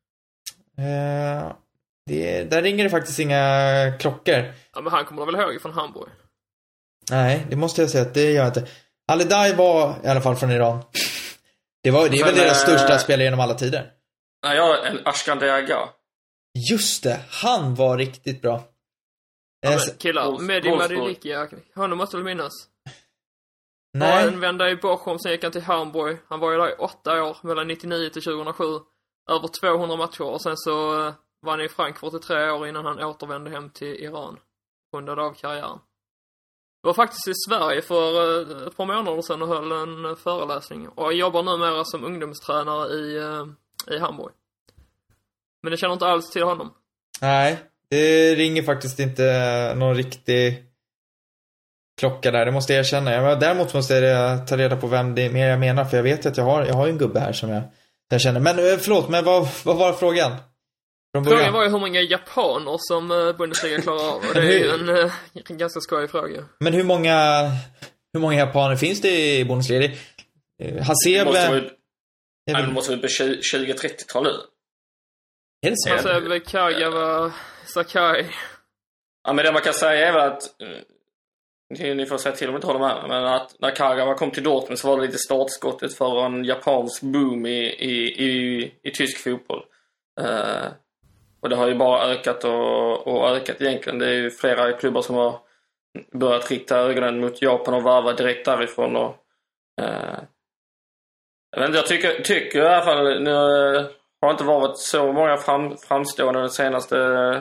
Uh, det, där ringer det faktiskt inga klockor. Ja, men han kommer väl höger från Hamburg? Nej, det måste jag säga att det gör jag inte. Alidai var i alla fall från Iran. Det, var, det är väl deras äh... största spelare genom alla tider. Nej, ja, en Ashkan Deaga. Just det, han var riktigt bra. Ja, men, killar, Mehdi Medevika, honom måste väl minnas. Nej. Han vände i Bochum, sen gick han till Hamburg. Han var ju där i åtta år, mellan nittionio till tjugohundrasju. Över tvåhundra matcher, och sen så var han i Frankfurt i tre år innan han återvände hem till Iran. Rundade av karriären. Jag var faktiskt i Sverige för ett par månader sedan och höll en föreläsning. Och jag jobbar numera som ungdomstränare i, i Hamburg. Men det känner inte alls till honom. Nej, det ringer faktiskt inte någon riktig klocka där. Det måste jag erkänna. Jag, däremot måste jag ta reda på vem det är mer jag menar. För jag vet att jag har, jag har en gubbe här som jag, jag känner. Men förlåt, men vad, vad var frågan? Frågan var ju hur många japaner som Bundesliga klarar av. Och det är ju en, en ganska skoj fråga. Men hur många hur många japaner finns det i Bundesliga? Hasebe... Det måste väl bli tjugo trettio-tal nu. Är det så? Hasebe, Kagawa, Sakai. Ja, men det man kan säga är väl att... Ni får säga till om jag inte håller med. Men att när Kagawa kom till Dortmund så var det lite startskottet för en japansk boom i, i, i, i tysk fotboll. Uh, och det har ju bara ökat och, och ökat egentligen. Det är ju flera klubbar som har börjat rikta ögonen mot Japan och varva direkt därifrån. Och, eh, jag vet inte, jag tycker, tycker i alla fall, nu har inte varit så många fram, framstående den senaste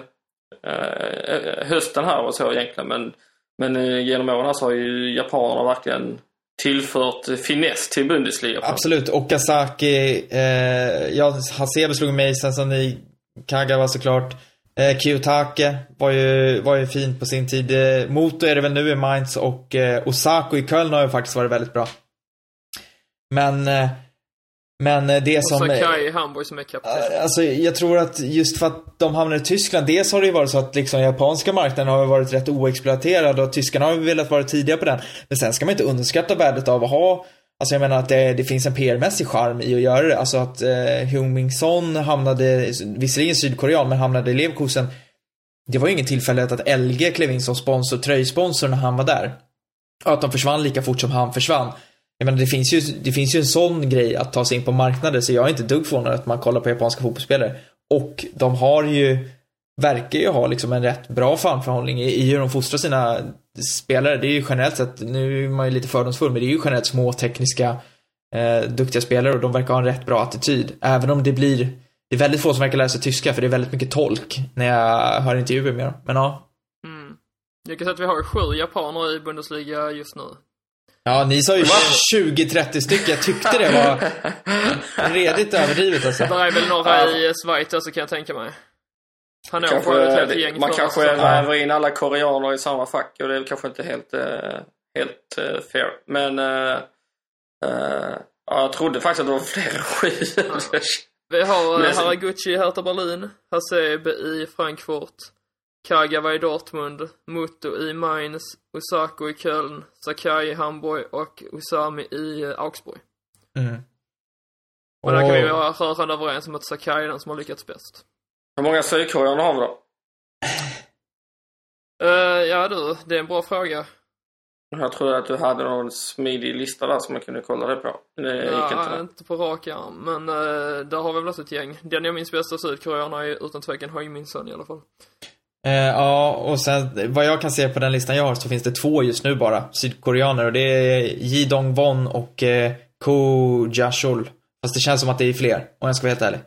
eh, hösten här och så egentligen, men, men genom åren så har ju japanerna verkligen tillfört finess till Bundesliga. Absolut, Okazaki, eh, ja, Hasebe slog mig, sen som ni Kagawa såklart. Eh, Kiyotake var ju, var ju fin på sin tid. Eh, Moto är det väl nu i Mainz, och eh, Osako i Köln har ju faktiskt varit väldigt bra. Men eh, men det och som Sakai i Hamburg som är kapten. Alltså jag tror att just för att de hamnar i Tyskland, dels har det ju varit så att liksom japanska marknaden har varit rätt oexploaterad och tyskarna har ju velat vara tidiga på den. Men sen ska man inte underskatta värdet av att ha, alltså jag menar att det, det finns en P R-mässig charm i att göra det. Alltså att eh, Heung-min Son hamnade, visserligen Sydkorean, men hamnade i Leverkusen. Det var ju ingen tillfällighet att L G klev in som sponsor, tröjsponsor när han var där. Och att de försvann lika fort som han försvann. Jag menar, det finns ju, det finns ju en sån grej att ta sig in på marknader, så jag är inte dugg förvånad att man kollar på japanska fotbollsspelare. Och de har ju, verkar ju ha liksom en rätt bra framförhållning i, i hur de fostrar sina spelare. Det är ju generellt sett, nu är man ju lite fördomsfull, men det är ju generellt små tekniska eh, duktiga spelare, och de verkar ha en rätt bra attityd. Även om det blir, det är väldigt få som verkar lära sig tyska, för det är väldigt mycket tolk när jag hör intervjuer med dem. Men ja. Mm. Jag kan säga att vi har sju japaner i Bundesliga just nu. Ja, ni sa ju tjugo trettio stycken. Jag tyckte det var redigt överdrivet alltså. Det är väl några ja. i Schweiz, så kan jag tänka mig. Han är kanske, ett helt gäng. Man kanske väver in alla koreaner i samma fack, och det är kanske inte helt, uh, helt uh, fair. Men uh, uh, ja, jag trodde faktiskt att det var fler sju. Ja. Vi har uh, Haraguchi i Hertha Berlin, Hasebe i Frankfurt, Kagawa i Dortmund, Muto i Mainz, Osako i Köln, Sakai i Hamburg och Usami i Augsburg. Mm. Och där kan vi vara rörande överens om att Sakai är den som har lyckats bäst. Hur många sydkoreaner har vi då? Uh, ja du, det är en bra fråga. Jag tror att du hade någon smidig lista där som man kunde kolla det på. Det gick ja, inte. inte på rak arm, men uh, där har vi väl också ett gäng. Den jag minns bästa sydkoreaner är utan tvekan Heung-min Son i alla fall. Eh, ja, och sen vad jag kan se på den listan jag har, så finns det två just nu bara sydkoreaner, och det är Ji Dong-won och eh, Ko Ja-chul. Fast det känns som att det är fler, om jag ska vara helt ärlig.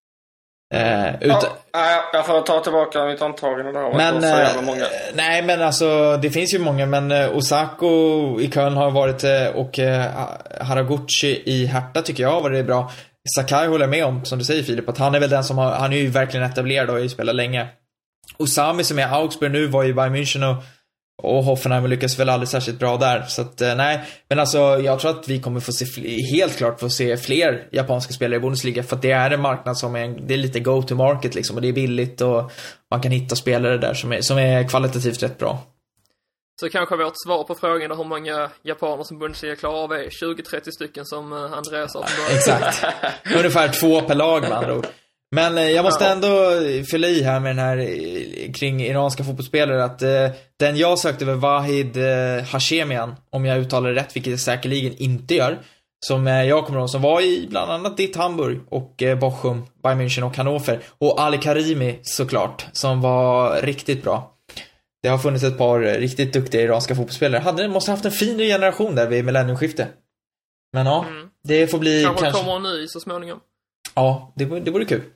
Eh, utan... ja, jag får ta tillbaka mitt antagande där. Men, eh, många. Nej, men alltså det finns ju många, men eh, Osako i Köln har varit eh, och eh, Haraguchi i Hertha tycker jag har varit bra. Sakai håller med om, som du säger Filip, att han är väl den som har, han är ju verkligen etablerad och har ju spelat länge. Osami som är Augsburg nu var ju Bayern München och, och Hoffenheim lyckas väl aldrig särskilt bra där. Så att eh, nej, men alltså jag tror att vi kommer få se fl- helt klart få se fler japanska spelare i Bundesliga, för att det är en marknad som är, det är lite go to market liksom, och det är billigt och man kan hitta spelare där som är, som är kvalitativt rätt bra. Så kanske vårt svar på frågan hur många japaner som Bundesliga klarar av är tjugo till trettio stycken som Andreas har. Exakt. Ungefär två per lag med andra ord. Men eh, jag måste ändå fylla i här med den här eh, kring iranska fotbollsspelare, att eh, den jag sökte var Wahid eh, Hashemian, om jag uttalar det rätt, vilket jag säkerligen inte gör, som eh, jag kommer ihåg, som var i bland annat ditt Hamburg och eh, Bochum, Bayern München och Hannover, och Ali Karimi såklart, som var riktigt bra. Det har funnits ett par riktigt duktiga iranska fotbollsspelare. Hade, måste ha haft en fin generation där vid millenniumskiftet. Men ja, mm. det får bli kanske... kanske... kommer en ny så småningom. Ja, det, det vore kul.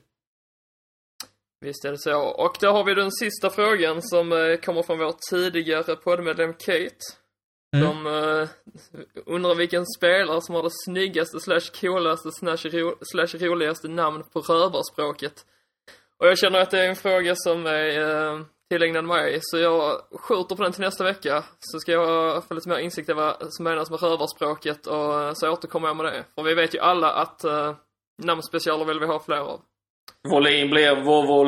Visst är det så. Och då har vi den sista frågan som eh, kommer från vår tidigare poddmedlem Kate. Mm. De eh, undrar vilken spelare som har det snyggaste slash coolaste slash, ro, slash roligaste namn på rövarspråket. Och jag känner att det är en fråga som är eh, tillägnad mig. Så jag skjuter på den till nästa vecka. Så ska jag få lite mer insikt i vad som menas med rövarspråket. Och så återkommer jag med det. För vi vet ju alla att eh, namnspecialer vill vi ha fler av. Volin blev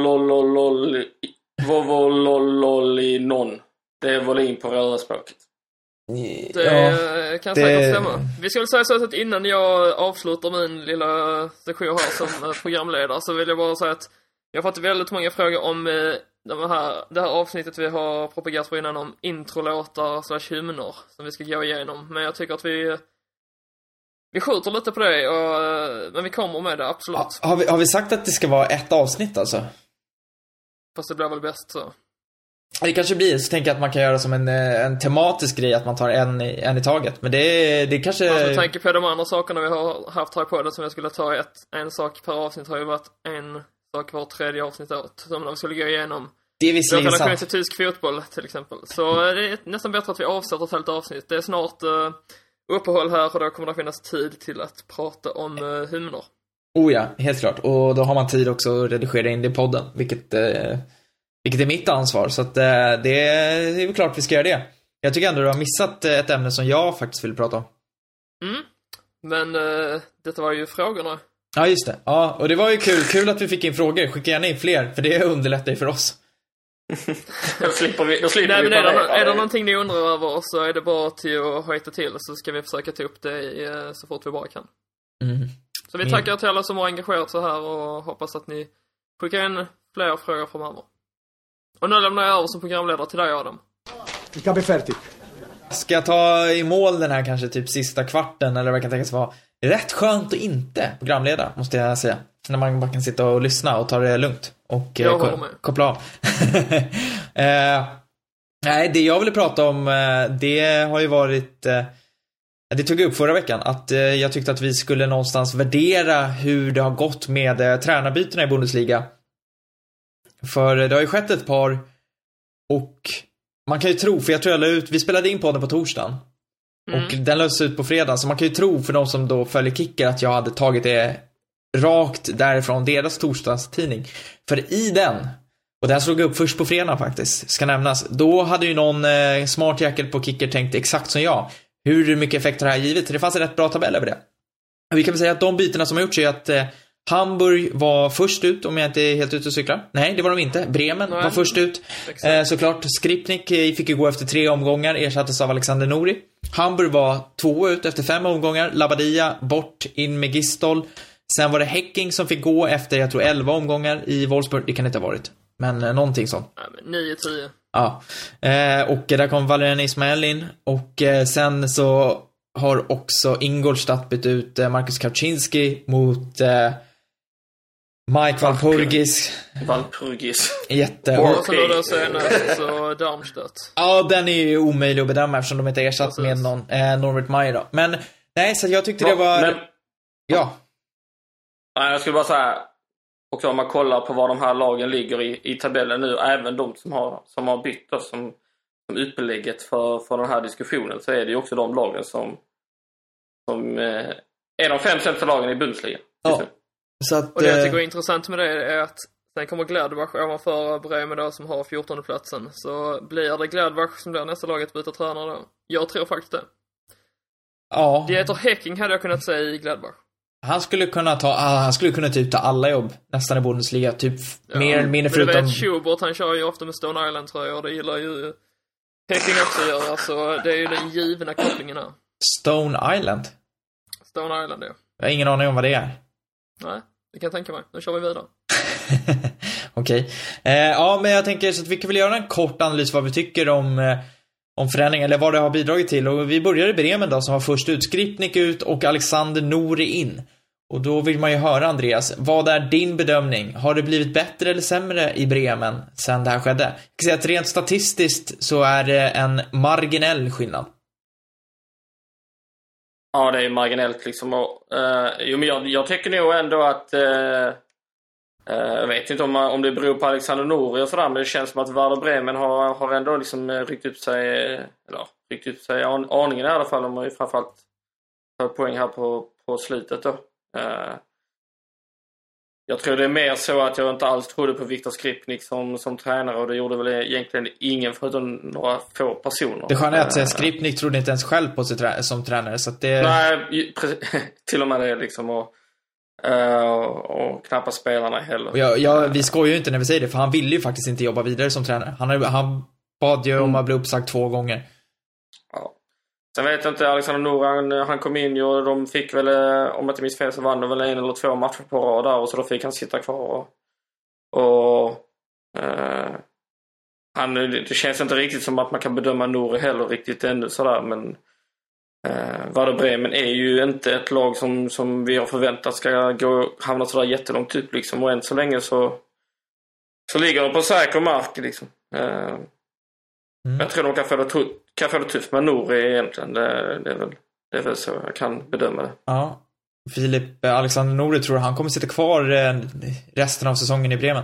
vovolololinon. Det är volin på rövarspråket. Det ja, kan säkert det... stämma. Vi ska väl säga så att innan jag avslutar min lilla sektion här som programledare, så vill jag bara säga att jag har fått väldigt många frågor om de här, det här avsnittet vi har propagerat för innan, om introlåtar slash hymner som vi ska gå igenom. Men jag tycker att vi Vi skjuter lite på det, och, men vi kommer med det, absolut. Ha, har, vi, har vi sagt att det ska vara ett avsnitt alltså? Fast det blir väl bäst så. Det kanske blir, så tänker jag att man kan göra som en, en tematisk grej, att man tar en, en i taget. Men det, det kanske... Alltså, med tanke på de andra sakerna vi har haft här på det, som jag skulle ta ett, en sak per avsnitt, har ju varit en sak var tredje avsnitt åt, som när vi skulle gå igenom. Det är visserligen sant. Relation till tysk fotboll till exempel. Så det är nästan bättre att vi avsätter ett helt avsnitt. Det är snart uh, uppehåll här, och då kommer det finnas tid till att prata om uh, hymner. Oh ja, helt klart. Och då har man tid också att redigera in det i podden, vilket, eh, vilket är mitt ansvar. Så att, eh, det, är, det är klart vi ska göra det. Jag tycker ändå du har missat ett ämne som jag faktiskt vill prata om. Mm. Men eh, detta var ju frågorna. Ja, just det. Ja, och det var ju kul. Kul att vi fick in frågor. Skicka gärna in fler, för det underlättar ju för oss. Då slipper vi, då slipper Nej, vi men är det, bara, är det någonting ni undrar över, så är det bara till att hojta till, så ska vi försöka ta upp det i, så fort vi bara kan. Mm. Så vi tackar till alla som har engagerat sig här, och hoppas att ni skickar in fler frågor framöver. Och nu lämnar jag över som programledare till dig, Adam. Vi kan bli färdigt. Ska jag ta i mål den här kanske typ sista kvarten, eller vad jag kan tänka sig vara rätt skönt att inte programleda, måste jag säga. När man bara kan sitta och lyssna och ta det lugnt och eh, ko- koppla av. eh, nej, det jag ville prata om, eh, det har ju varit... Eh, det tog jag upp förra veckan, att eh, jag tyckte att vi skulle någonstans värdera hur det har gått med eh, tränarbytena i Bundesliga. För det har ju skett ett par, och man kan ju tro, för jag tror jag la ut, vi spelade in podden på torsdagen. Mm. Och den lös ut på fredag, så man kan ju tro, för de som då följer Kicker, att jag hade tagit det rakt därifrån deras torsdagstidning. För i den, och den slog upp först på fredag faktiskt, ska nämnas, då hade ju någon eh, smart jäkel på Kicker tänkt exakt som jag. Hur mycket effekter det här givet? Det fanns en rätt bra tabell över det. Vi kan väl säga att de bytena som har gjorts är att eh, Hamburg var först ut, om jag inte är helt ute och cyklar. Nej, det var de inte. Bremen Nej. var först ut. Eh, såklart, Skripnik eh, fick ju gå efter tre omgångar, ersattes av Alexander Nouri. Hamburg var två ut efter fem omgångar. Labadia bort, in med Gistol. Sen var det Häcking som fick gå efter, jag tror, elva omgångar i Wolfsburg. Det kan inte ha varit. Men eh, någonting sånt. Ja, men nio tio. Ja. Eh, och där kom Valerian Ismail in. Och eh, sen så har också Ingolstadt bytt ut eh, Marcus Kauczynski mot eh, Mike Walpurgis. Walpurgis. Jätte. Och så då senast så Darmstadt. Ja, den är ju omöjlig att bedöma eftersom de inte ersatt Precis. med någon eh, Norbert Meyer då. Men nej, så jag tyckte ja, det var men... ja. Nej, jag skulle bara säga också, om man kollar på var de här lagen ligger i, i tabellen nu, även de som har som har bytt då, som som utbelägget för för den här diskussionen, så är det ju också de lagen som som eh, är de fem sämsta lagen i Bundesliga. Ja. Så att, och det jag tycker är intressant med det är att sen kommer Gladbach ovanför Bremen då, som har fjortonde platsen. Så blir det Gladbach som blir nästa lag att byta tränare då? Jag tror faktiskt det. Ja. Dieter Häcking hade jag kunnat säga i Gladbach. Han skulle kunna ta ah, han skulle kunna typ ta alla jobb nästan i Bundesliga, typ ja, mer eller mindre förutom... Men du vet, Schubert, han kör ju ofta med Stone Island, tror jag, och det gillar ju Häcking också göra, så det är ju den givna kopplingen här. Stone Island? Stone Island, ja. Jag har ingen aning om vad det är. Nej, det kan jag tänka mig. Nu kör vi vidare. Okej. Okay. Eh, ja, men jag tänker så att vi kan väl göra en kort analys vad vi tycker om, eh, om förändring, eller vad det har bidragit till. Och vi börjar i Bremen då, som var först ut. Skripnik ut och Alexander Nouri in. Och då vill man ju höra, Andreas, vad är din bedömning? Har det blivit bättre eller sämre i Bremen sen det här skedde? Jag kan säga att rent statistiskt så är det en marginell skillnad. Ja, det är marginellt liksom. Och, uh, jo, men jag, jag tycker nog ändå att uh, uh, jag vet inte om, om det beror på Alexander Nouri och sådär, men det känns som att Werder Bremen har, har ändå liksom ryckt upp sig, eller ryckt upp sig an, aningen i alla fall. De har ju framförallt tagit poäng här på, på slutet då. Uh, jag tror det är mer så att jag inte alls trodde på Viktor Skripnik som, som tränare, och det gjorde väl egentligen ingen förutom några få personer. Det sköna är att uh, Skripnik trodde inte ens själv på sig trä- som tränare, så att det... Nej, till och med det liksom, och, uh, och knappast spelarna heller. Jag, jag, vi skojar ju inte när vi säger det, för han ville ju faktiskt inte jobba vidare som tränare. Han, han bad ju om att bli uppsagt två gånger. Ja. Sen vet jag inte, Alexander Nouri, han, han kom in och de fick väl, om jag inte minns fel, så vann de väl en eller två matcher på rad där, och så då fick han sitta kvar och, och uh, han, det känns inte riktigt som att man kan bedöma Nouri heller riktigt ännu sådär, men uh, Werder Bremen är ju inte ett lag som, som vi har förväntat ska gå, hamna sådär jättelångt upp liksom, och än så länge så så ligger de på säker mark liksom. Uh, Mm. Jag tror de kan få det, tu- kan få det tufft med Nouri egentligen. Det, det, är väl, det är väl så jag kan bedöma det. Ja. Filip, Alexander Nouri, tror du han kommer sitta kvar resten av säsongen i Bremen?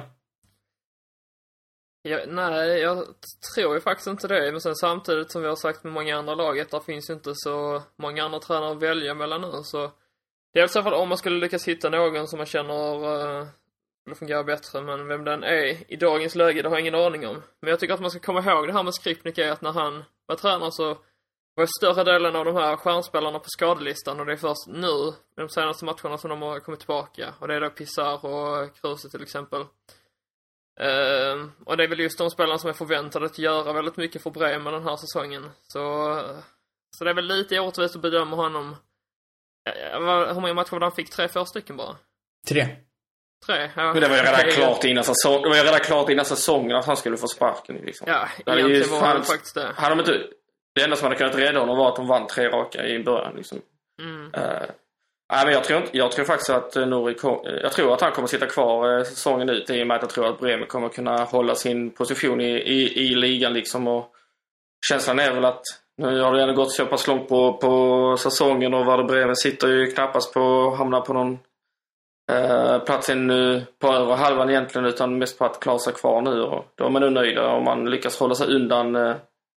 Ja, nej, jag tror ju faktiskt inte det. Men sen samtidigt som vi har sagt med många andra laget, där finns ju inte så många andra tränare att välja mellan nu. Så det är i så fall om man skulle lyckas hitta någon som man känner uh, skulle fungera bättre. Men vem den är i dagens läge, det har jag ingen aning om. Men jag tycker att man ska komma ihåg det här med Skripnik är att när han var tränare så var större delen av de här stjärnspelarna på skadelistan. Och det är först nu, de senaste matcherna, som de har kommit tillbaka. Och det är då Pizarro och Kruse till exempel. Uh, och det är väl just de spelarna som är förväntade att göra väldigt mycket för Bremen den här säsongen. Så, så det är väl lite orättvist att bedöma honom. Uh, hur många matcher han fick? Tre, fyra stycken bara? Tre. Tre, ja. Men det var ju redan klart innan säsongen. Det var ju redan klart innan säsongen att han skulle få sparken liksom. Ja, egentligen var han faktiskt det. Hade de inte, det enda som hade kunnat rädda honom var att de vann tre raka i början liksom. Mm. Uh, Nej, men jag tror, inte, jag tror faktiskt att Nouri kom, jag tror att han kommer att sitta kvar eh, säsongen ut i och med att jag tror att Bremen kommer att kunna hålla sin position i, i, i ligan liksom, och känslan är väl att nu har det ändå gått så pass långt på, på säsongen och Werder Bremen sitter ju knappast på att hamna på någon eh, plats nu på över halvan egentligen, utan mest på att klara sig kvar nu, och då är man nu nöjda om man lyckas hålla sig undan eh,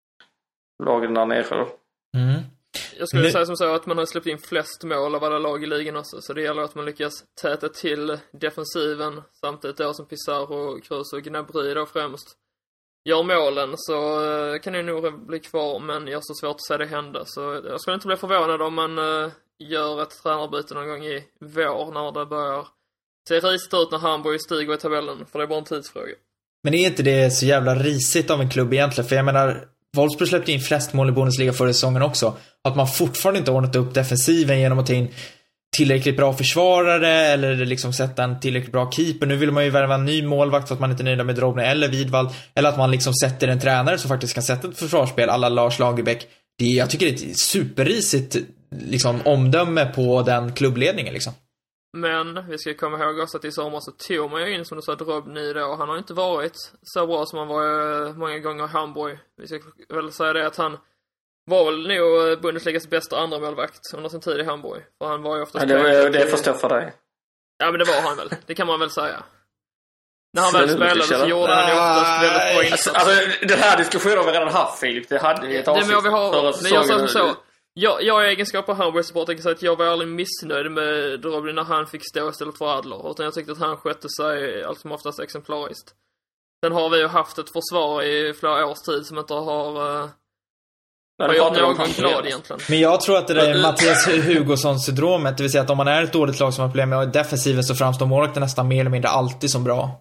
lagen där nere då. Mm. Jag skulle säga som så att man har släppt in flest mål av alla lag i ligan också. Så det gäller att man lyckas täta till defensiven. Samtidigt då som Pizarro, Krus och Gnabry då främst gör målen, så kan det nog bli kvar. Men jag har så svårt att se det hända. Så jag skulle inte bli förvånad om man gör ett tränarbyte någon gång i vår, när det börjar se risigt ut när Hamburg stiger i tabellen. För det är bara en tidsfråga. Men är inte det så jävla risigt av en klubb egentligen? För jag menar, Wolfsburg släppte in flest mål i Bundesliga förra säsongen också. Att man fortfarande inte ordnat upp defensiven genom att ta in tillräckligt bra försvarare eller liksom sätta en tillräckligt bra keeper. Nu vill man ju värva en ny målvakt för att man inte är nöjda med Drobny eller Widvall. Eller att man liksom sätter en tränare som faktiskt kan sätta ett försvarsspel alla Lars Lagerbäck. Det, jag tycker det är ett superrisigt liksom, omdöme på den klubbledningen liksom. Men vi ska komma ihåg också att i sommar så tog man ju in, som du sa, Drobny då. Han har inte varit så bra som han var många gånger i Hamburg. Vi ska väl säga det att han var väl nog Bundesligas bästa andra målvakt under sin tid i Hamburg. För han var ju oftast... Ja, det, var, det förstår för dig. Ja, men det var han väl. Det kan man väl säga. När han väl spelade så gjorde han ju oftast väldigt bra insats. Alltså, den här diskussionen har vi redan haft, Filip. Det hade vi ett avsnitt. Det må vi ha. Men jag sa som så. Jag, jag i egenskap av Hamburg-support kan säga att jag var aldrig missnöjd med Drobny när han fick stå istället för Adler. Utan jag tyckte att han skötte sig allt som oftast exemplariskt. Sen har vi ju haft ett försvar i flera års tid som inte har... Uh, Nej, har gjort någon glad egentligen. Men jag tror att det där är Mattias Hugosson-syndromet. Det vill säga att om man är ett dåligt lag som har problem med defensiven, så framstår målvakten nästan mer eller mindre alltid som bra.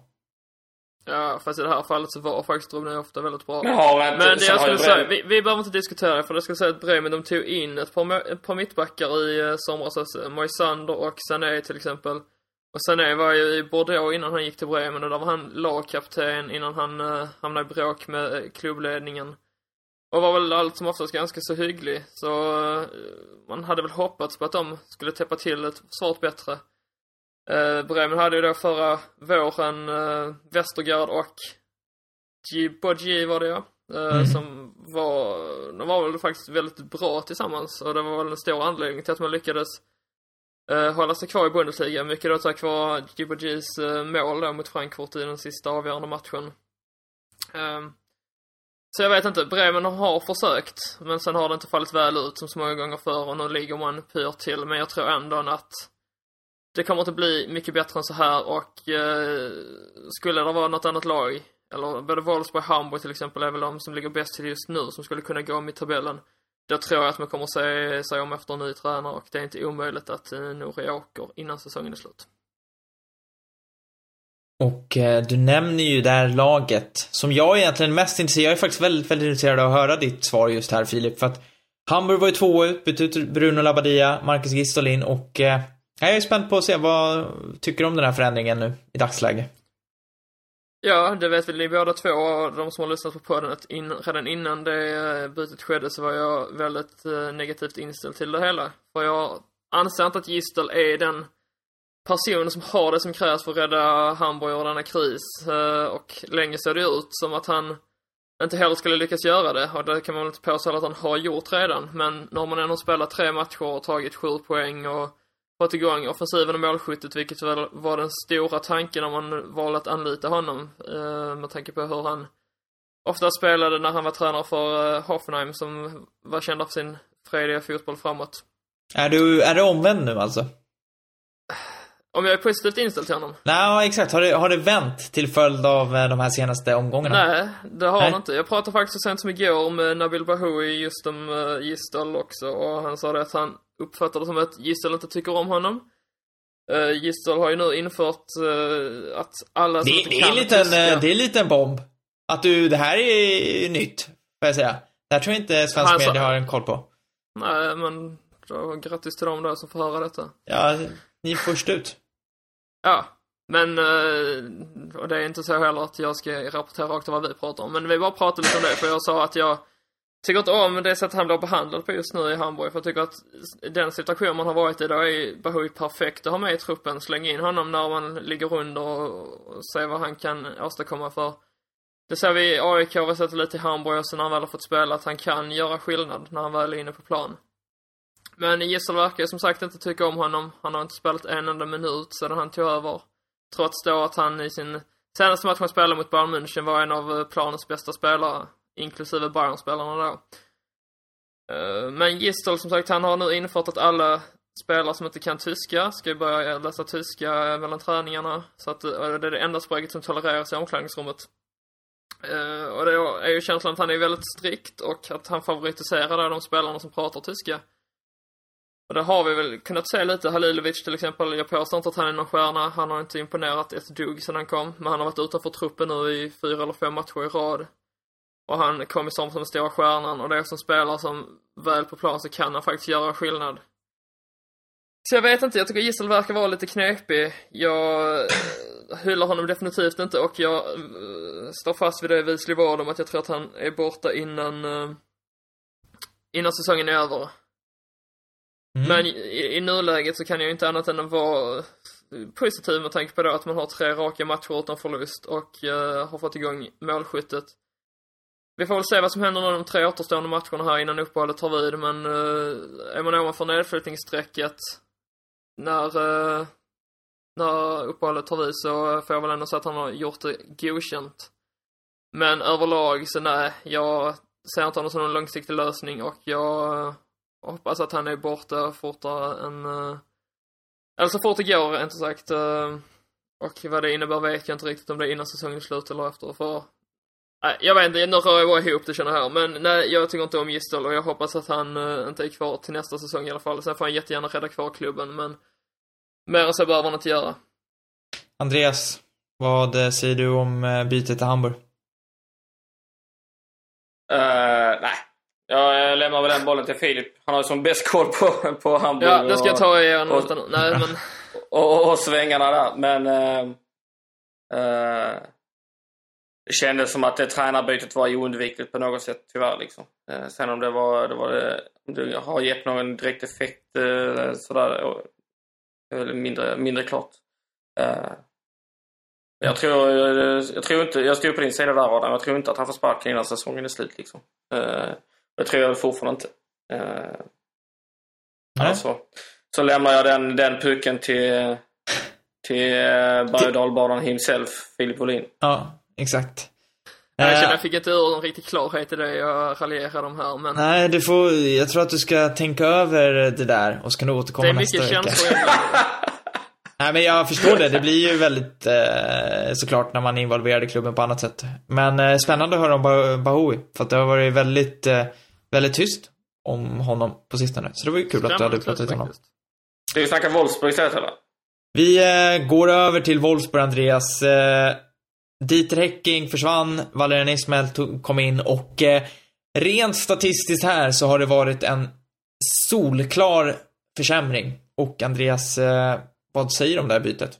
Ja, fast i det här fallet så var faktiskt Drobny ofta väldigt bra. Men, men det jag skulle säga, vi, vi behöver inte diskutera, för jag skulle säga att Bremen, de tog in ett par, ett par mittbackar i uh, somras, alltså Moisander och Sané till exempel. Och Sané var ju i Bordeaux innan han gick till Bremen, och där var han lagkapten innan han uh, hamnade i bråk med uh, klubbledningen. Och var väl allt som oftast ganska så hygglig. Så uh, man hade väl hoppats på att de skulle täppa till ett svårt bättre. Uh, Bremen hade ju då förra våren uh, Westergaard och Djibodji var det ja. Uh, mm. Som var, de var väl faktiskt väldigt bra tillsammans. Och det var väl en stor anledning till att man lyckades uh, hålla sig kvar i Bundesliga. Mycket då tack vare Djibodjis uh, mål då mot Frankfurt i den sista avgörande matchen. Uh, Så jag vet inte, Bremen har försökt, men sen har det inte fallit väl ut som så många gånger förr, och nu ligger man pyr till. Men jag tror ändå att det kommer att bli mycket bättre än så här, och eh, skulle det vara något annat lag, eller både Wolfsburg och Hamburg till exempel är väl de som ligger bäst till just nu, som skulle kunna gå om i tabellen. Då tror jag att man kommer att se sig om efter en ny tränare, och det är inte omöjligt att eh, Nouri åker innan säsongen är slut. Och eh, du nämner ju där laget som jag är egentligen mest intresserad. Jag är faktiskt väldigt, väldigt intresserad av att höra ditt svar just här, Filip. För att Hamburg var ju två ut, bytt ut Bruno Labbadia, Marcus Gistolin. Och eh, jag är spänd på att se vad tycker du om den här förändringen nu i dagsläge. Ja, det vet väl ni båda två, och de som har lyssnat på podden, att in, redan innan det bytet skedde så var jag väldigt eh, negativt inställd till det hela. För jag anser inte att Gistel är den personen som har det som krävs för att rädda Hamburg ur denna kris. Och länge såg det ut som att han inte heller skulle lyckas göra det. Och det kan man väl inte påstå att han har gjort redan. Men när man ändå spelat tre matcher och tagit sju poäng och fått igång offensiven och målskyttet, vilket väl var den stora tanken om man valde att anlita honom. Eh, med tanke på hur han ofta spelade när han var tränare för eh, Hoffenheim, som var kända för sin frediga fotboll framåt. Är du, är det omvänd nu alltså? Om jag är positivt inställd till honom? Nej, exakt. Har det, har det vänt till följd av eh, de här senaste omgångarna? Nej, det har Nej. han inte. Jag pratade faktiskt så sent som igår med Nabil Bahoui just om uh, Gisdol också. Och han sa det att han uppfattade det som att Gisdol inte tycker om honom. Uh, Gisdol har ju nu infört uh, att alla som Det, inte det, kan är liten, tyska... det är lite en bomb. Att du, det här är nytt, får jag säga. Det här tror jag inte svensk Han sa- media har en koll på. Nej, men då, grattis till dem då som får höra detta. Ja, ni är först ut. Ja, men uh, och det är inte så heller att jag ska rapportera rakt vad vi pratar om. Men vi bara pratade lite om det, för jag sa att jag tycker inte om det sätt han blir behandlad på just nu i Hamburg. För jag tycker att den situation man har varit i då är Bahoui perfekt att ha med i truppen. Slänga in honom när man ligger under och, och se vad han kan åstadkomma för. Det ser vi i A I K, vi har sett lite i Hamburg och sen när han väl har fått spela att han kan göra skillnad när han väl är inne på plan. Men Gisdol verkar som sagt inte tycka om honom. Han har inte spelat en enda minut sedan han tog över. Trots då att han i sin senaste match han spelade mot Bayern München var en av planens bästa spelare, inklusive Bayern-spelarna då. Men Gisdol som sagt, han har nu infört att alla spelare som inte kan tyska ska börja läsa tyska mellan träningarna. Så att det är det enda språket som tolereras i omklädningsrummet. Och det är ju känslan att han är väldigt strikt och att han favoritiserar de spelarna som pratar tyska. Och det har vi väl kunnat se lite. Halilovic till exempel, jag påstår inte att han är någon stjärna. Han har inte imponerat ett dugg sedan han kom. Men han har varit utanför truppen nu i fyra eller fem matcher i rad. Och han kom som som stora stjärnan. Och det är som spelar som väl på plan så kan han faktiskt göra skillnad. Så jag vet inte, jag tycker Gisdol verkar vara lite knepig. Jag hyllar honom definitivt inte. Och jag står fast vid det vislig vad om att jag tror att han är borta innan, innan säsongen är över. Mm. Men i, i nuläget så kan jag inte annat än att vara positiv med tanke på det att man har tre raka matcher utan förlust och uh, har fått igång målskyttet. Vi får väl se vad som händer med de tre återstående matcherna här innan uppehållet tar vid, men uh, är man ovanför nedflyttningssträcket när, uh, när uppehållet tar vid så får jag väl ändå säga att han har gjort det godkänt. Men överlag så nej, jag ser inte honom som någon långsiktig lösning och jag... Jag hoppas att han är borta fortare än... Uh, eller så fort det går, inte sagt. Uh, och vad det innebär vet jag inte riktigt om det är innan säsongen slut eller efter. För, nej, jag vet inte, nu rör jag bara ihop det känner jag här. Men nej, jag tycker inte om Gisdol och jag hoppas att han uh, inte är kvar till nästa säsong i alla fall. Sen får han jättegärna rädda kvar klubben, men mer än så behöver han inte göra. Andreas, vad säger du om bytet till Hamburg? Uh, nej. Jag lämnar väl den bollen till Filip. Han har som bäst koll på, på Hamburg. Ja, det ska jag ta igen. Och, och, nej, men... och, och, och svängarna där. Men uh, uh, det kändes som att det tränarbytet var oundvikligt på något sätt, tyvärr. Liksom. Uh, sen om det var, det var det, om det har gett någon direkt effekt uh, sådär, och, eller mindre, mindre klart. Uh, jag tror, jag, jag tror inte, jag står på din sida där, Adam. Jag tror inte att han får sparken innan säsongen är slut. Liksom. Uh, Jag tror jag fortfarande inte. Uh, alltså, så lämnar jag den, den pucken till, till uh, berg- och dalbanan himself, Filip Wåhlin. Ja, exakt. Jag känner jag fick inte ur en riktig klarhet i det jag raljerar de här. Men... Nej, du får, jag tror att du ska tänka över det där och så kan du återkomma nästa vecka. Det är mycket känslor. Nej, men jag förstår det. Det blir ju väldigt eh, såklart när man är involverad i klubben på annat sätt. Men eh, spännande att höra om bah- Bahoui. För att det har varit väldigt, eh, väldigt tyst om honom på sistone. Så det var ju kul att du hade pratat om honom. Ska vi snacka Wolfsburg istället eller? Vi eh, går över till Wolfsburg, Andreas. Eh, Dieter Hecking försvann. Valerian Ismail tog, kom in. Och eh, rent statistiskt här så har det varit en solklar försämring. Och Andreas... Eh, Vad säger du om det här bytet?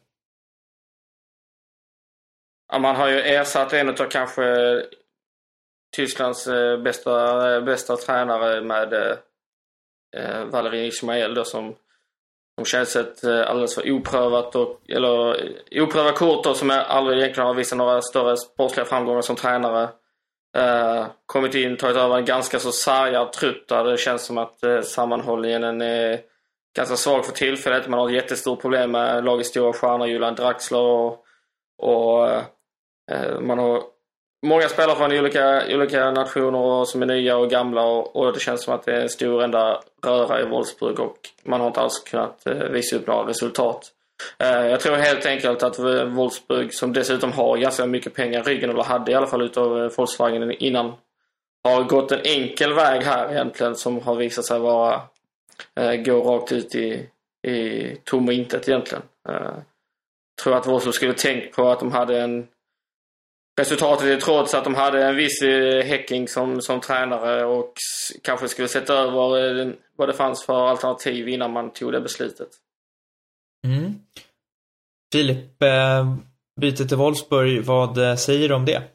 Ja, man har ju ersatt en av kanske Tysklands bästa, bästa tränare med eh, Valerian Ismail då, som, som känns ett alldeles för oprövat och, eller oprövat kort då, som aldrig egentligen har visat några större sportsliga framgångar som tränare. Uh, kommit in, tagit över en ganska så sargad trupp där det känns som att uh, sammanhållningen är ganska svag för tillfället. Man har ett jättestort problem med lagets stora stjärna Julian Draxler och, och uh, man har många spelare från olika, olika nationer och som är nya och gamla och, och det känns som att det är en stor enda röra i Wolfsburg och man har inte alls kunnat uh, visa upp några resultat. Uh, jag tror helt enkelt att Wolfsburg, som dessutom har ganska mycket pengar i ryggen, eller hade i alla fall utav uh, Volkswagen innan, har gått en enkel väg här egentligen som har visat sig vara uh, gå rakt ut i, i tom och intet egentligen. Uh, tror att Wolfsburg skulle tänkt på att de hade en resultatet är trots att de hade en viss uh, Häcking som, som tränare och s- kanske skulle sätta över uh, vad det fanns för alternativ innan man tog det beslutet. Mm. Filip, eh, bytet till Wolfsburg, vad eh, säger du om det?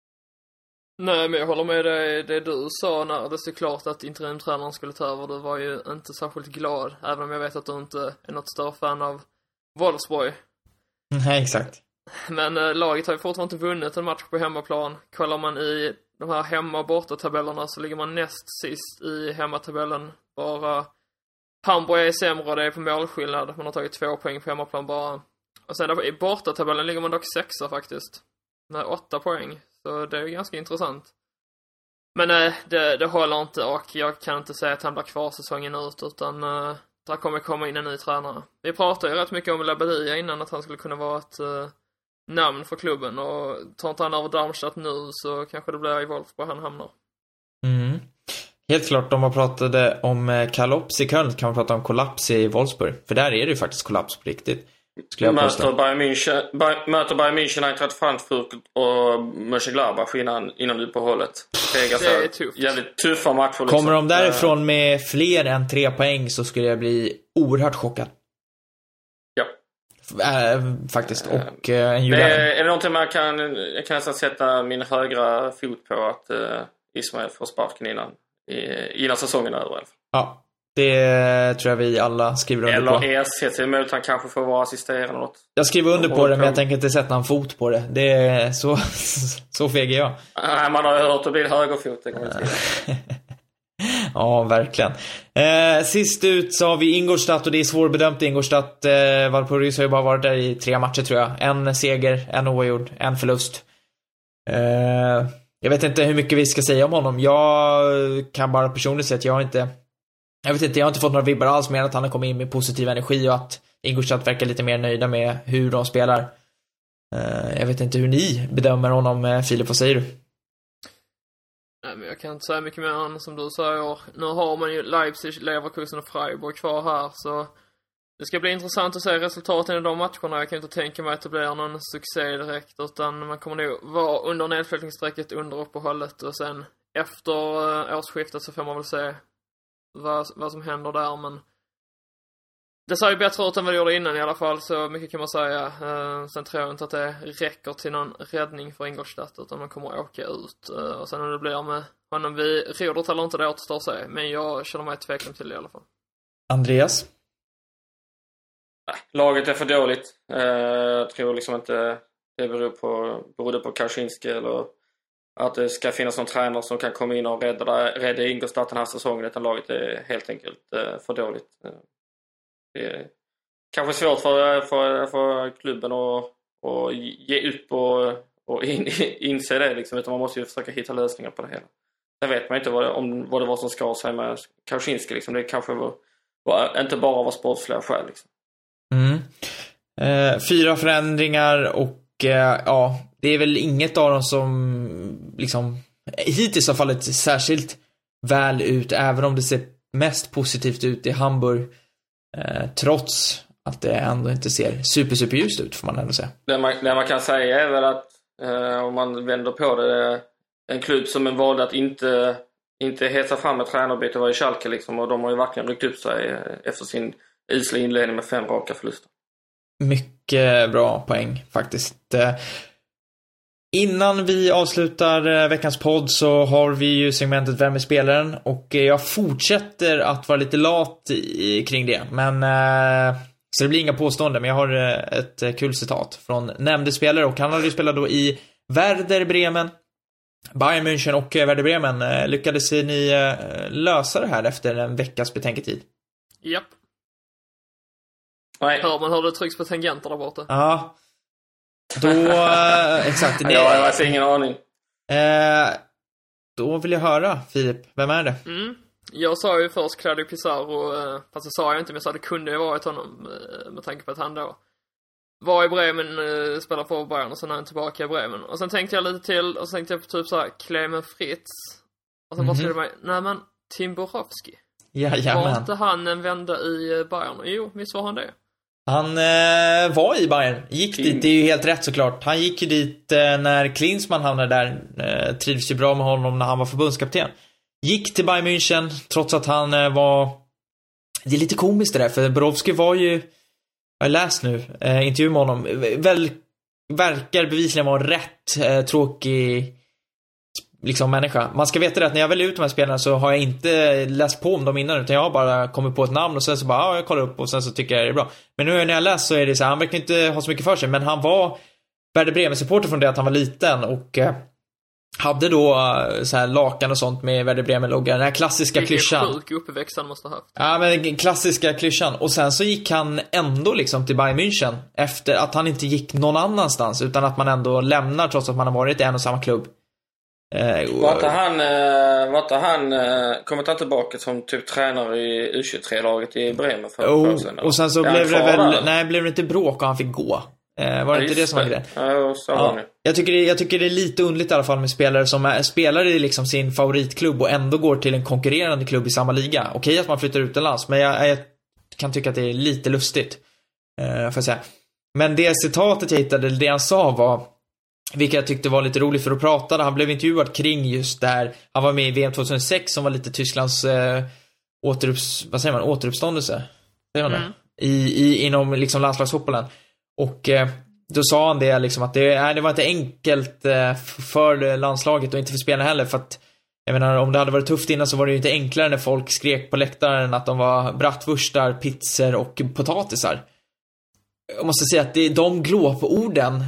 Nej, men jag håller med dig. Det du sa när det stod klart att interimtränaren skulle ta över. Du var ju inte särskilt glad, även om jag vet att du inte är något större fan av Wolfsburg. Nej, exakt. Men eh, laget har ju fortfarande inte vunnit en match på hemmaplan. Kollar man i de här hemma- och bortatabellerna så ligger man näst sist i hemmatabellen. Bara Hamburg är sämre och det är på målskillnad. Man har tagit två poäng på hemmaplan bara. Och sen där, i bortatabellen ligger man dock sexa faktiskt. Med åtta poäng. Så det är ju ganska intressant. Men nej, det, det håller inte och jag kan inte säga att han blir kvar säsongen ut utan uh, där kommer komma in en ny tränare. Vi pratade ju rätt mycket om Labadia innan att han skulle kunna vara ett uh, namn för klubben och tar inte han över Darmstadt nu så kanske det blir i Wolfsburg han hamnar. Mm. Helt klart, om man pratade om kollaps i Köln kan man prata om kollaps i Wolfsburg. För där är det ju faktiskt kollaps på riktigt. Möter Bayern München, Bay, möter Bayern München, Eintracht Frankfurt och Mönchengladbach innan, innan uppehållet. Det är ganska det är tufft. Jävligt tuffa matcher. Liksom. Kommer de därifrån med fler än tre poäng så skulle jag bli oerhört chockad. Ja. Äh, faktiskt. Och äh, en det är, är det någonting man kan, jag kan nästan sätta min högra fot på att uh, Ismael får sparken innan, innan säsongen är över. Ja. Det tror jag vi alla skriver under eller på. Eller ersätter emot han kanske får vara assisterande eller något. Jag skriver under på det, men jag tänker inte sätta en fot på det. Det är så, så feg är jag. Nej, man har ju hört att det blir högerfot. Det kan man inte säga. Ja, verkligen. Eh, sist ut så har vi Ingolstadt och det är svårbedömt i Ingolstadt. Eh, Valpurgis har ju bara varit där i tre matcher tror jag. En seger, en oavgjord, en förlust. Eh, jag vet inte hur mycket vi ska säga om honom. Jag kan bara personligt säga att jag har inte... Jag vet inte, jag har inte fått några vibbar alls med att han har kommit in med positiv energi och att Ingolstadt verkar lite mer nöjda med hur de spelar. Uh, jag vet inte hur ni bedömer honom, Filip, vad säger du? Nej, men jag kan inte säga mycket mer än som du säger. Nu har man ju Leipzig, Leverkusen och Freiburg kvar här så det ska bli intressant att se resultaten i de matcherna. Jag kan inte tänka mig att det blir någon succé direkt utan man kommer nog vara under nedflyttningssträcket under uppehållet och sen efter uh, årsskiftet så får man väl se Vad, vad som händer där, men det ser ju bättre ut än vad det gjorde innan i alla fall, så mycket kan man säga. Uh, sen tror jag inte att det räcker till någon räddning för Ingolstadt utan man kommer att åka ut. Uh, och sen om det blir med honom vid rodret eller inte, det återstår sig. Men jag känner mig tveksam till det i alla fall. Andreas? Laget är för dåligt. Uh, jag tror liksom inte det beror på, berodde på Kaczynski eller att det ska finnas någon tränare som kan komma in och rädda, rädda Ingolstadt den här säsongen, utan laget är helt enkelt uh, för dåligt. Uh, det är kanske svårt för, för, för klubben att, att ge upp och, och in, inse det liksom, utan man måste ju försöka hitta lösningar på det hela. Sen vet man inte vad det, om, vad det var som skar sig med Kaczynski liksom. Det kanske var, var inte bara var sportsliga skäl liksom. Mm. Eh, fyra förändringar och eh, ja, det är väl inget av dem som liksom hittills har fallit särskilt väl ut, även om det ser mest positivt ut i Hamburg, eh, trots att det ändå inte ser super super ljust ut, får man ändå säga. Det man, det man kan säga är väl att eh, om man vänder på det, en klubb som en valde att inte inte hetsa fram ett tränarbyte var i Schalke liksom, och de har ju verkligen ryckt upp sig efter sin isla inledning med fem raka förluster. Mycket bra poäng faktiskt. Innan vi avslutar veckans podd så har vi ju segmentet Vem är spelaren, och jag fortsätter att vara lite lat i, kring det, men så det blir inga påståenden, men jag har ett kul citat från nämnde spelare, och han hade ju spelat då i Werder Bremen, Bayern München och Werder Bremen, lyckades ni lösa det här efter en veckas betänketid? Japp. Nej. Hör man hör det trycks på tangenter där borta. Ja. Då, exakt. Ja, jag har alltså ingen aning. Eh, då vill jag höra, Filip, vem är det? Mm. Jag sa ju först Claudio Pizarro, fast det sa jag inte, men jag sa att det kunde ju varit honom med tanke på att han då var i Bremen, spelade för Bayern och sen är han tillbaka i Bremen. Och sen tänkte jag lite till, och sen tänkte jag på typ såhär Clemen Fritz. Och sen mm-hmm. bara skulle det mig, nej men Tim Borowski. Jajamän. Var inte han en vända i Bayern? Jo, visst var han det. Han eh, var i Bayern, gick dit, det är ju helt rätt såklart. Han gick ju dit eh, när Klinsmann hamnade där, eh, trivs ju bra med honom när han var förbundskapten. Gick till Bayern München, trots att han eh, var... Det är lite komiskt det där, för Borowski var ju... Jag har läst nu, eh, intervju med honom, väl, verkar bevisligen vara rätt eh, tråkig liksom människa. Man ska veta det att när jag väljer ut de här spelarna så har jag inte läst på om dem innan, utan jag har bara kommit på ett namn och sen så bara, ja, jag kollar upp och sen så tycker jag det är bra. Men nu när jag läst så är det så här, han verkar inte ha så mycket för sig, men han var Werder Bremen-supporter från det att han var liten och eh, hade då så här lakan och sånt med Werder Bremen-loggan, den här klassiska Vilken klyschan. sjuk uppväxt han måste ha haft. Ja, men klassiska klyschan. Och sen så gick han ändå liksom till Bayern München efter att han inte gick någon annanstans, utan att man ändå lämnar trots att man har varit i en och samma klubb. Eh, var inte han, eh, var inte han eh, kommit han tillbaka som typ tränare i U tjugotre-laget i Bremen för oh, sen? Och sen så blev det väl, där? nej, blev det inte bråk och han fick gå. Eh, var det ja, inte det som var grejen? Ja, så ja. Jag tycker, det, jag tycker det är lite underligt i alla fall med spelare som är, spelar i liksom sin favoritklubb och ändå går till en konkurrerande klubb i samma liga. Okej att man flyttar utomlands, men jag, jag kan tycka att det är lite lustigt. Eh, får jag säga. Men det citatet jag hittade, det han sa var, vilket jag tyckte var lite roligt, för att prata. Han blev intervjuad kring just där. Han var med i V M tjugohundrasex som var lite Tysklands eh, återups, vad säger man, återuppståndelse. Säger man mm. det? I, i, inom liksom landslagsfotbollen. Och eh, då sa han det liksom att det, nej, det var inte enkelt eh, för landslaget och inte för spelarna heller, för att jag menar, om det hade varit tufft innan så var det ju inte enklare när folk skrek på läktaren att de var bratwurstar, pizzor och potatisar. Jag måste säga att det är de glåporden.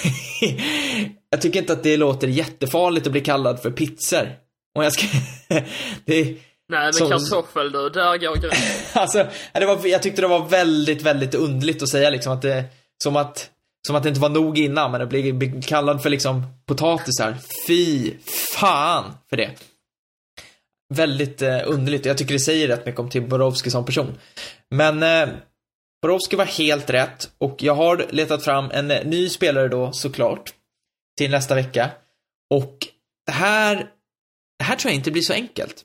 Jag tycker inte att det låter jättefarligt att bli kallad för pizzor. Och jag ska det är, nej, men som... kartoffel då, där går gränsen. Alltså, det var, jag tyckte det var väldigt, väldigt underligt att säga liksom att det, som att som att det inte var nog innan, men det blev kallad för liksom potatisar. Fy fan för det. Väldigt eh, underligt. Jag tycker det säger rätt mycket om Tim Borowski som person. Men eh, Borowski var helt rätt, och jag har letat fram en ny spelare då såklart till nästa vecka. Och det här det här tror jag inte blir så enkelt.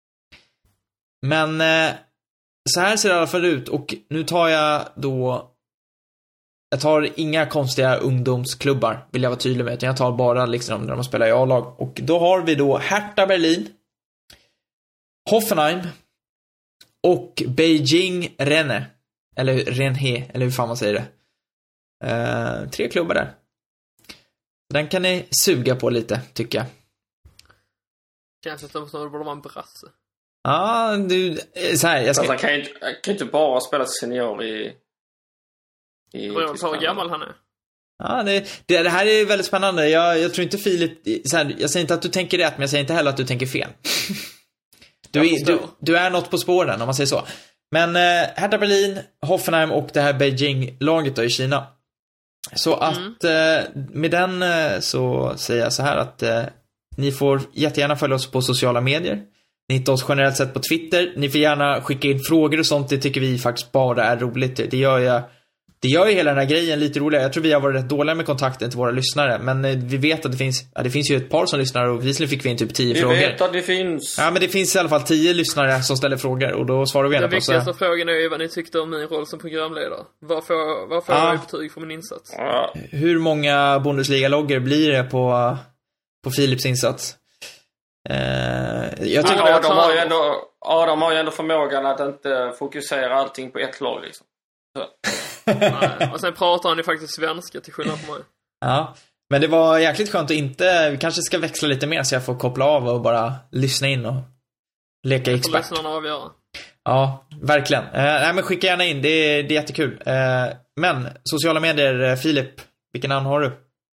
Men eh, så här ser det i alla fall ut, och nu tar jag då jag tar inga konstiga ungdomsklubbar, vill jag vara tydlig med, utan jag tar bara liksom när de spelar i A-lag. Och då har vi då Hertha Berlin, Hoffenheim och Beijing Renne. Eller Renhe, eller hur fan man säger det. Uh, tre klubbar där. Den kan ni suga på lite, tycker jag. Känns det som att det borde vara en brasse. Ja, ah, du... Så här, jag ska... Alltså, han kan ju inte, kan inte bara spela senior i... i Beror på hur gammal han är. Ja, det, det, det här är väldigt spännande. Jag, jag tror inte Filip... Så här, jag säger inte att du tänker rätt, men jag säger inte heller att du tänker fel. Du är, du, du är något på spåren, om man säger så. Men eh, Hertha Berlin, Hoffenheim och det här Beijing-laget då i Kina. Så att eh, med den eh, så säger jag så här att eh, ni får jättegärna följa oss på sociala medier. Ni hittar oss generellt sett på Twitter. Ni får gärna skicka in frågor och sånt. Det tycker vi faktiskt bara är roligt. Det gör jag... Det gör ju hela den här grejen lite roligare. Jag tror vi har varit rätt dåliga med kontakten till våra lyssnare. Men eh, vi vet att det finns... Ja, det finns ju ett par som lyssnar, och visst fick vi in typ tio vi frågor. Vi vet att det finns. Ja, men det finns i alla fall tio lyssnare som ställer frågor, och då svarar vi gärna på. Den viktigaste frågan är ju vad ni tyckte om min roll som programledare. Vad får, vad får ja. jag betyg för min insats? Ja. Hur många Bundesliga-logger blir det på, på Philips insats? Eh, jag tycker ja, de har ju ändå, ja, de har ju ändå förmågan att inte fokusera allting på ett lag liksom. Nej, och sen pratar han ju faktiskt svenska till skillnad från mig. Ja, men det var jäkligt skönt att inte... Vi kanske ska växla lite mer så jag får koppla av och bara lyssna in och leka expert. Lyssnarna avgöra. Ja, verkligen. Eh, nej, men skicka gärna in, det är, det är jättekul. Eh, men, sociala medier, Filip, vilken namn har du?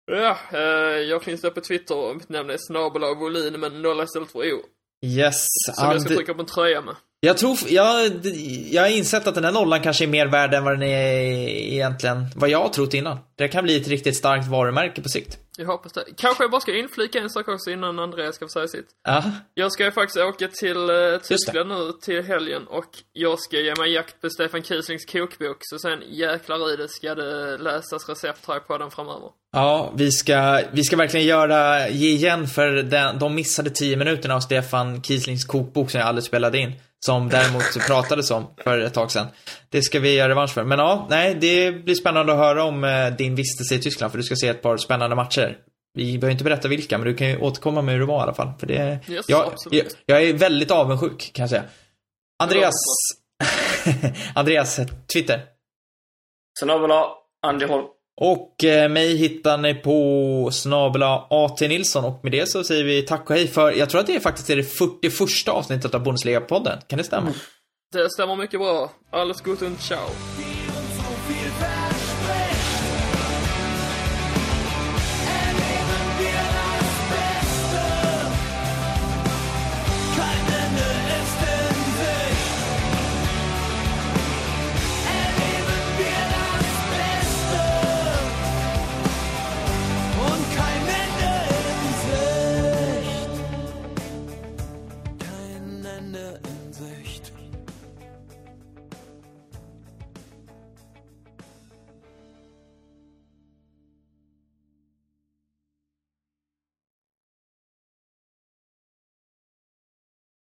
Ja, eh, jag finns där på Twitter och mitt namn är snabel av volin men nolla istället för o. Yes. Som jag ska trycka på en tröja med. Jag tror, jag, jag har insett att den här nollan kanske är mer värd än vad den är egentligen, vad jag har trott innan. Det kan bli ett riktigt starkt varumärke på sikt. Jag hoppas det. Kanske jag bara ska inflika en sak också innan Andreas ska få säga sitt. Ja. Jag ska ju faktiskt åka till uh, Tyskland nu till helgen och jag ska ge mig jakt på Stefan Kieslings kokbok. Så sen jäklar i det ska det läsas recept här på den framöver. Ja, vi ska, vi ska verkligen göra, ge igen för den, de missade tio minuterna av Stefan Kieslings kokbok som jag aldrig spelade in. Som däremot pratades om för ett tag sedan. Det ska vi göra revansch för. Men ja, nej, det blir spännande att höra om eh, din vistelse i Tyskland. För du ska se ett par spännande matcher. Vi behöver inte berätta vilka, men du kan ju återkomma med hur det var i alla fall. För det, yes, jag, jag, jag är väldigt avundsjuk, kan jag säga. Andreas, Andreas, Twitter. Snabel-a Andy Holm. Och eh, mig hittar ni på snabel-a A T Nilsson. Och med det så säger vi tack och hej för, jag tror att det är faktiskt är det fyrtioförsta avsnittet av Bundesliga-podden. Kan det stämma? Det stämmer mycket bra. Alles gott und ciao.